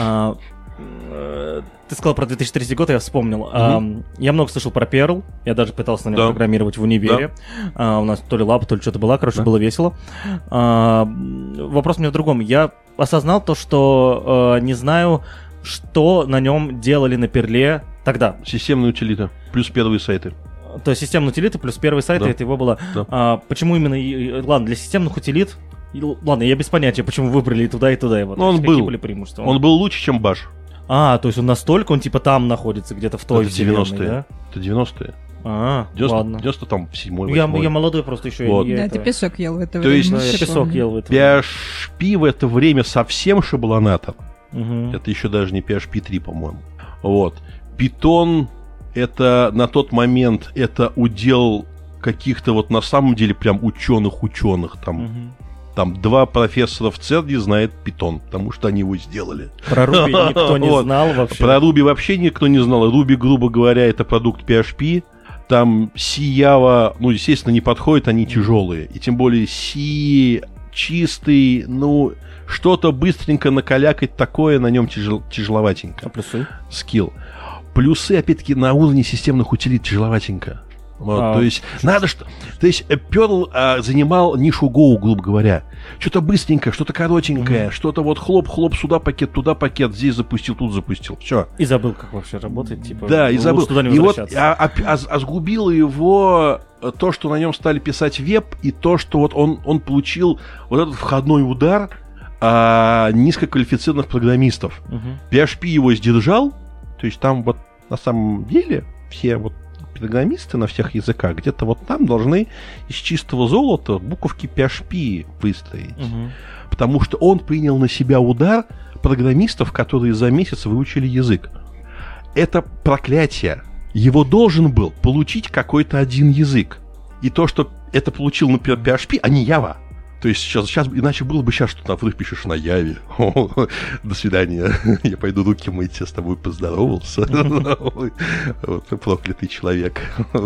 Ты сказал про 2003 год, я вспомнил. Я много слышал про Perl. Я даже пытался на нем программировать в универе. У нас то ли лаб, то ли что-то было. Короче, было весело. Вопрос у меня в другом. Я осознал то, что не знаю, что на нем делали на Перле тогда. Системные утилиты плюс первые сайты. То есть системные утилиты плюс первые сайты, это его было. Почему именно... Ладно, для системных утилит... Ладно, я без понятия, почему выбрали и туда, и туда. Вот. Но какие были преимущества? Он был лучше, чем Bash. То есть он настолько, он типа там находится, где-то в той вселенной, 90-е. Да? Это 90-е. 90, ладно. 90 там, 7-й, я молодой просто еще. Вот. Да, ты песок ел в это время. То есть песок ел в это время. PHP в это время совсем шаблонатор. Это еще даже не PHP 3, по-моему. Вот. Python, это на тот момент, это удел каких-то вот на самом деле прям ученых там. Там 2 профессора в ЦЕРНе знают Python, потому что они его сделали. Про Ruby никто не знал вообще. Про Ruby вообще никто не знал. Ruby, грубо говоря, это продукт PHP. Там C, Java, естественно, не подходит, они тяжелые. И тем более C чистый, что-то быстренько накалякать такое, на нем тяжеловатенько. А плюсы? Скилл. Плюсы, опять-таки, на уровне системных утилит тяжеловатенько. Вот, то есть надо что... То есть Perl занимал нишу Go, грубо говоря. Что-то быстренькое, что-то коротенькое, что-то вот хлоп-хлоп, сюда пакет, туда пакет, здесь запустил, тут запустил. Все. И забыл, как вообще работает. Типа, да, и забыл. И вот сгубило его то, что на нем стали писать веб, и то, что вот он получил вот этот входной удар низкоквалифицированных программистов. PHP его сдержал, то есть там вот на самом деле все вот программисты на всех языках где-то вот там должны из чистого золота буковки PHP выстроить. Потому что он принял на себя удар программистов, которые за месяц выучили язык. Это проклятие. Его должен был получить какой-то один язык. И то, что это получил, например, PHP, а не Java. То есть сейчас иначе было бы сейчас, что там вдруг пишешь на Яве. До свидания. Я пойду руки мыть, я с тобой поздоровался. Вот, проклятый человек.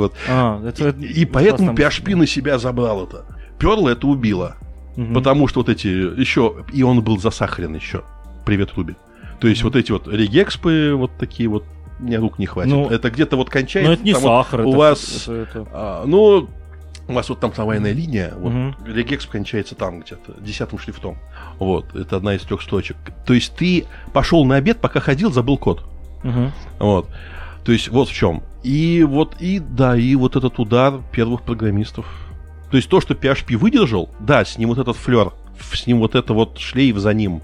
И поэтому PHP на себя забрал это. Perl это убило. Потому что вот эти еще... И он был засахарен еще. Привет, Руби. То есть вот эти вот регекспы, вот такие вот, мне рук не хватит. Это где-то вот кончается. Но это не сахар. У вас... У вас вот там трамвайная линия, вот, регекс кончается там где-то, 10-м шрифтом. Вот, это одна из 3 строчек. То есть ты пошел на обед, пока ходил, забыл код. Вот. То есть вот в чем. И вот этот удар первых программистов. То есть то, что PHP выдержал, да, с ним вот этот флер, с ним вот это вот шлейф за ним,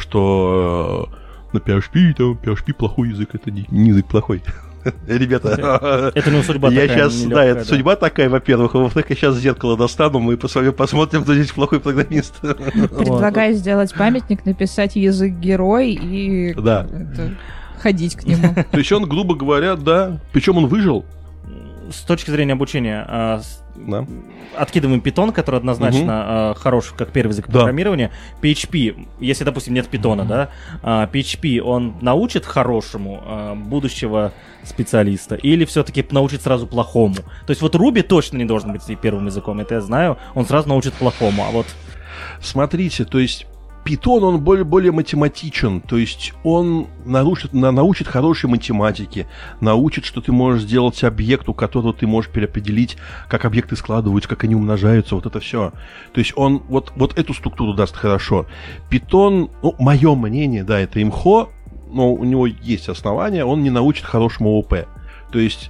что на PHP плохой язык, это не язык плохой. Ребята, это не судьба такая. Это судьба такая, во-первых. Во-вторых, я сейчас зеркало достану, мы с вами посмотрим, кто здесь плохой программист. Предлагаю сделать памятник, написать язык герой и ходить к нему. То есть он, грубо говоря, да. Причем он выжил. С точки зрения обучения, откидываем Python, который однозначно хорош как первый язык программирования. PHP, если, допустим, нет Python, PHP, он научит хорошему будущего специалиста или все-таки научит сразу плохому? То есть вот Ruby точно не должен быть первым языком, это я знаю, он сразу научит плохому, а вот... Смотрите, то есть Python, он более математичен, то есть он научит хорошей математике, научит, что ты можешь сделать объект, у которого ты можешь переопределить, как объекты складываются, как они умножаются, вот это все. То есть он вот эту структуру даст хорошо. Python, мое мнение, да, это имхо, но у него есть основания, он не научит хорошему ООП. То есть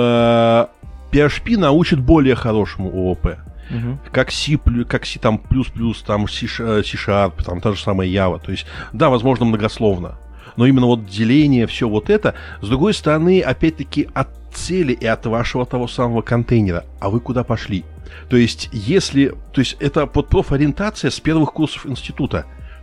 PHP научит более хорошему ООП. Как C, там, плюс, там, C-Sharp, там, та же самая Java. То есть, да, возможно, многословно. Но именно вот деление, все вот это, с другой стороны, опять-таки, от цели и от вашего того самого контейнера. А вы куда пошли? То есть, это под профориентация с первых курсов института.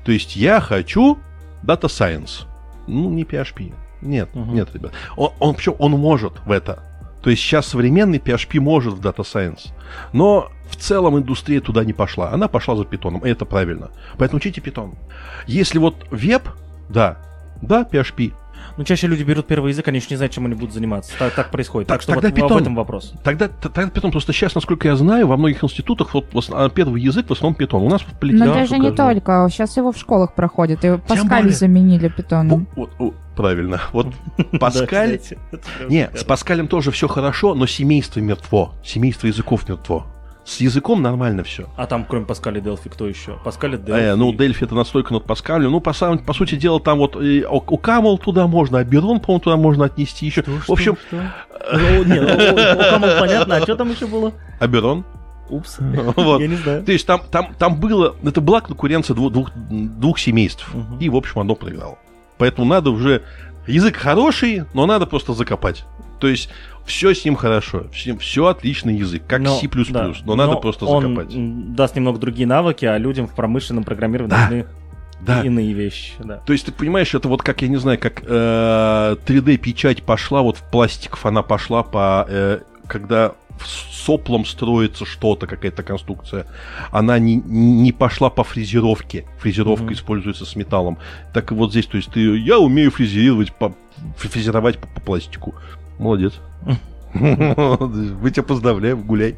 То есть я хочу Data Science. Ну, не PHP. Нет, нет, ребят. Он может в это. То есть сейчас современный PHP может в Data Science. Но в целом индустрия туда не пошла. Она пошла за питоном, и это правильно. Поэтому учите питон. Если вот веб, да, PHP. Ну, чаще люди берут первый язык, они еще не знают, чем они будут заниматься. Так происходит. Так что тогда вот Python. В этом вопрос. Тогда питон. Просто сейчас, насколько я знаю, во многих институтах вот первый язык в основном питон. У нас в политехе. Но даже не только. Сейчас его в школах проходят. И Паскаль заменили питоном. Правильно. Вот Паскаль... Не, с Паскалем тоже все хорошо, но семейство мертво. Семейство языков мертво. С языком нормально все. А там, кроме Паскаля и Delphi, кто еще? Паскаль и Delphi. Delphi это настолько над Паскалем. Ну, по сути дела, там вот у Камл туда можно, а Берон, по-моему, туда можно отнести еще. В общем... Нет, у Камл понятно, а что там еще было? А Берон? Упс, вот. Я не знаю. То есть там было... Это была конкуренция двух семейств. И, в общем, одно проиграло. Поэтому надо уже... Язык хороший, но надо просто закопать. То есть все с ним хорошо, все отличный язык, как C++, но надо просто закопать. Он даст немного другие навыки, а людям в промышленном программировании нужны иные вещи. Да. То есть ты понимаешь, это вот как, я не знаю, как 3D-печать пошла, вот в пластиков она пошла когда соплом строится что-то, какая-то конструкция. Она не пошла по фрезеровке. Фрезеровка используется с металлом. Так и вот здесь, то есть я умею фрезеровать по пластику. Молодец. Мы тебя поздравляем, гуляй.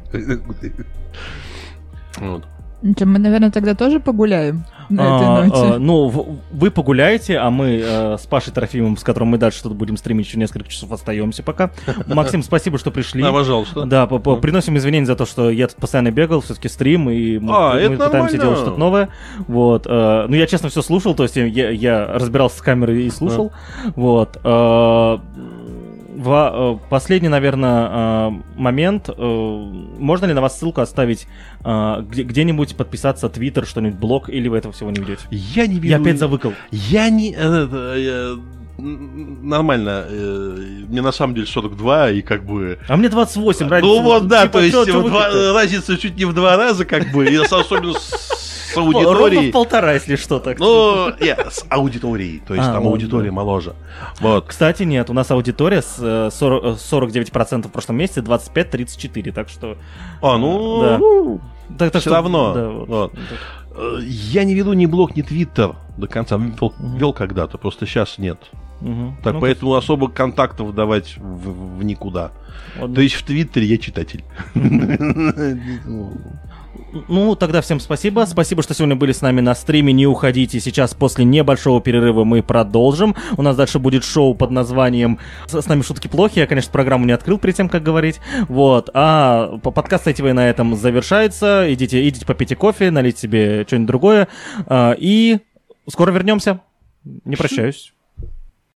Мы, наверное, тогда тоже погуляем на этой ноте. Ну, вы погуляете, а мы с Пашей Трофимовым, с которым мы дальше тут будем стримить еще несколько часов, остаемся пока. Максим, спасибо, что пришли. Пожалуйста. Да, приносим извинения за то, что я тут постоянно бегал, все-таки стрим, и мы пытаемся делать что-то новое. Вот. Ну, я, честно, все слушал, то есть я разбирался с камерой и слушал. Вот. Последний, наверное, момент. Можно ли на вас ссылку оставить где-нибудь, подписаться, Твиттер, что-нибудь, блог, или вы этого всего не ведете? Я не веду. Я опять завыкал. Я не... Нормально. Мне на самом деле 42, и как бы... А мне 28, разница. Ну вот, да, то есть разница чуть не в 2 раза, как бы, и особенно с аудиторией. Ровно в 1,5, если что, так. Ну, с аудиторией, то есть там аудитория моложе. Вот. Кстати, нет, у нас аудитория с 49% в прошлом месяце, 25-34, так что... Все равно. Я не веду ни блог, ни твиттер до конца. Вел когда-то, просто сейчас нет. Так, поэтому особо контактов давать в никуда. То есть в твиттере я читатель. Ну, тогда всем спасибо. Спасибо, что сегодня были с нами на стриме. Не уходите. Сейчас после небольшого перерыва мы продолжим. У нас дальше будет шоу под названием «С нами шутки плохи». Я, конечно, программу не открыл перед тем, как говорить. Вот. А подкаст ITV на этом завершается. Идите попейте кофе, налейте себе что-нибудь другое. И скоро вернемся. Не прощаюсь.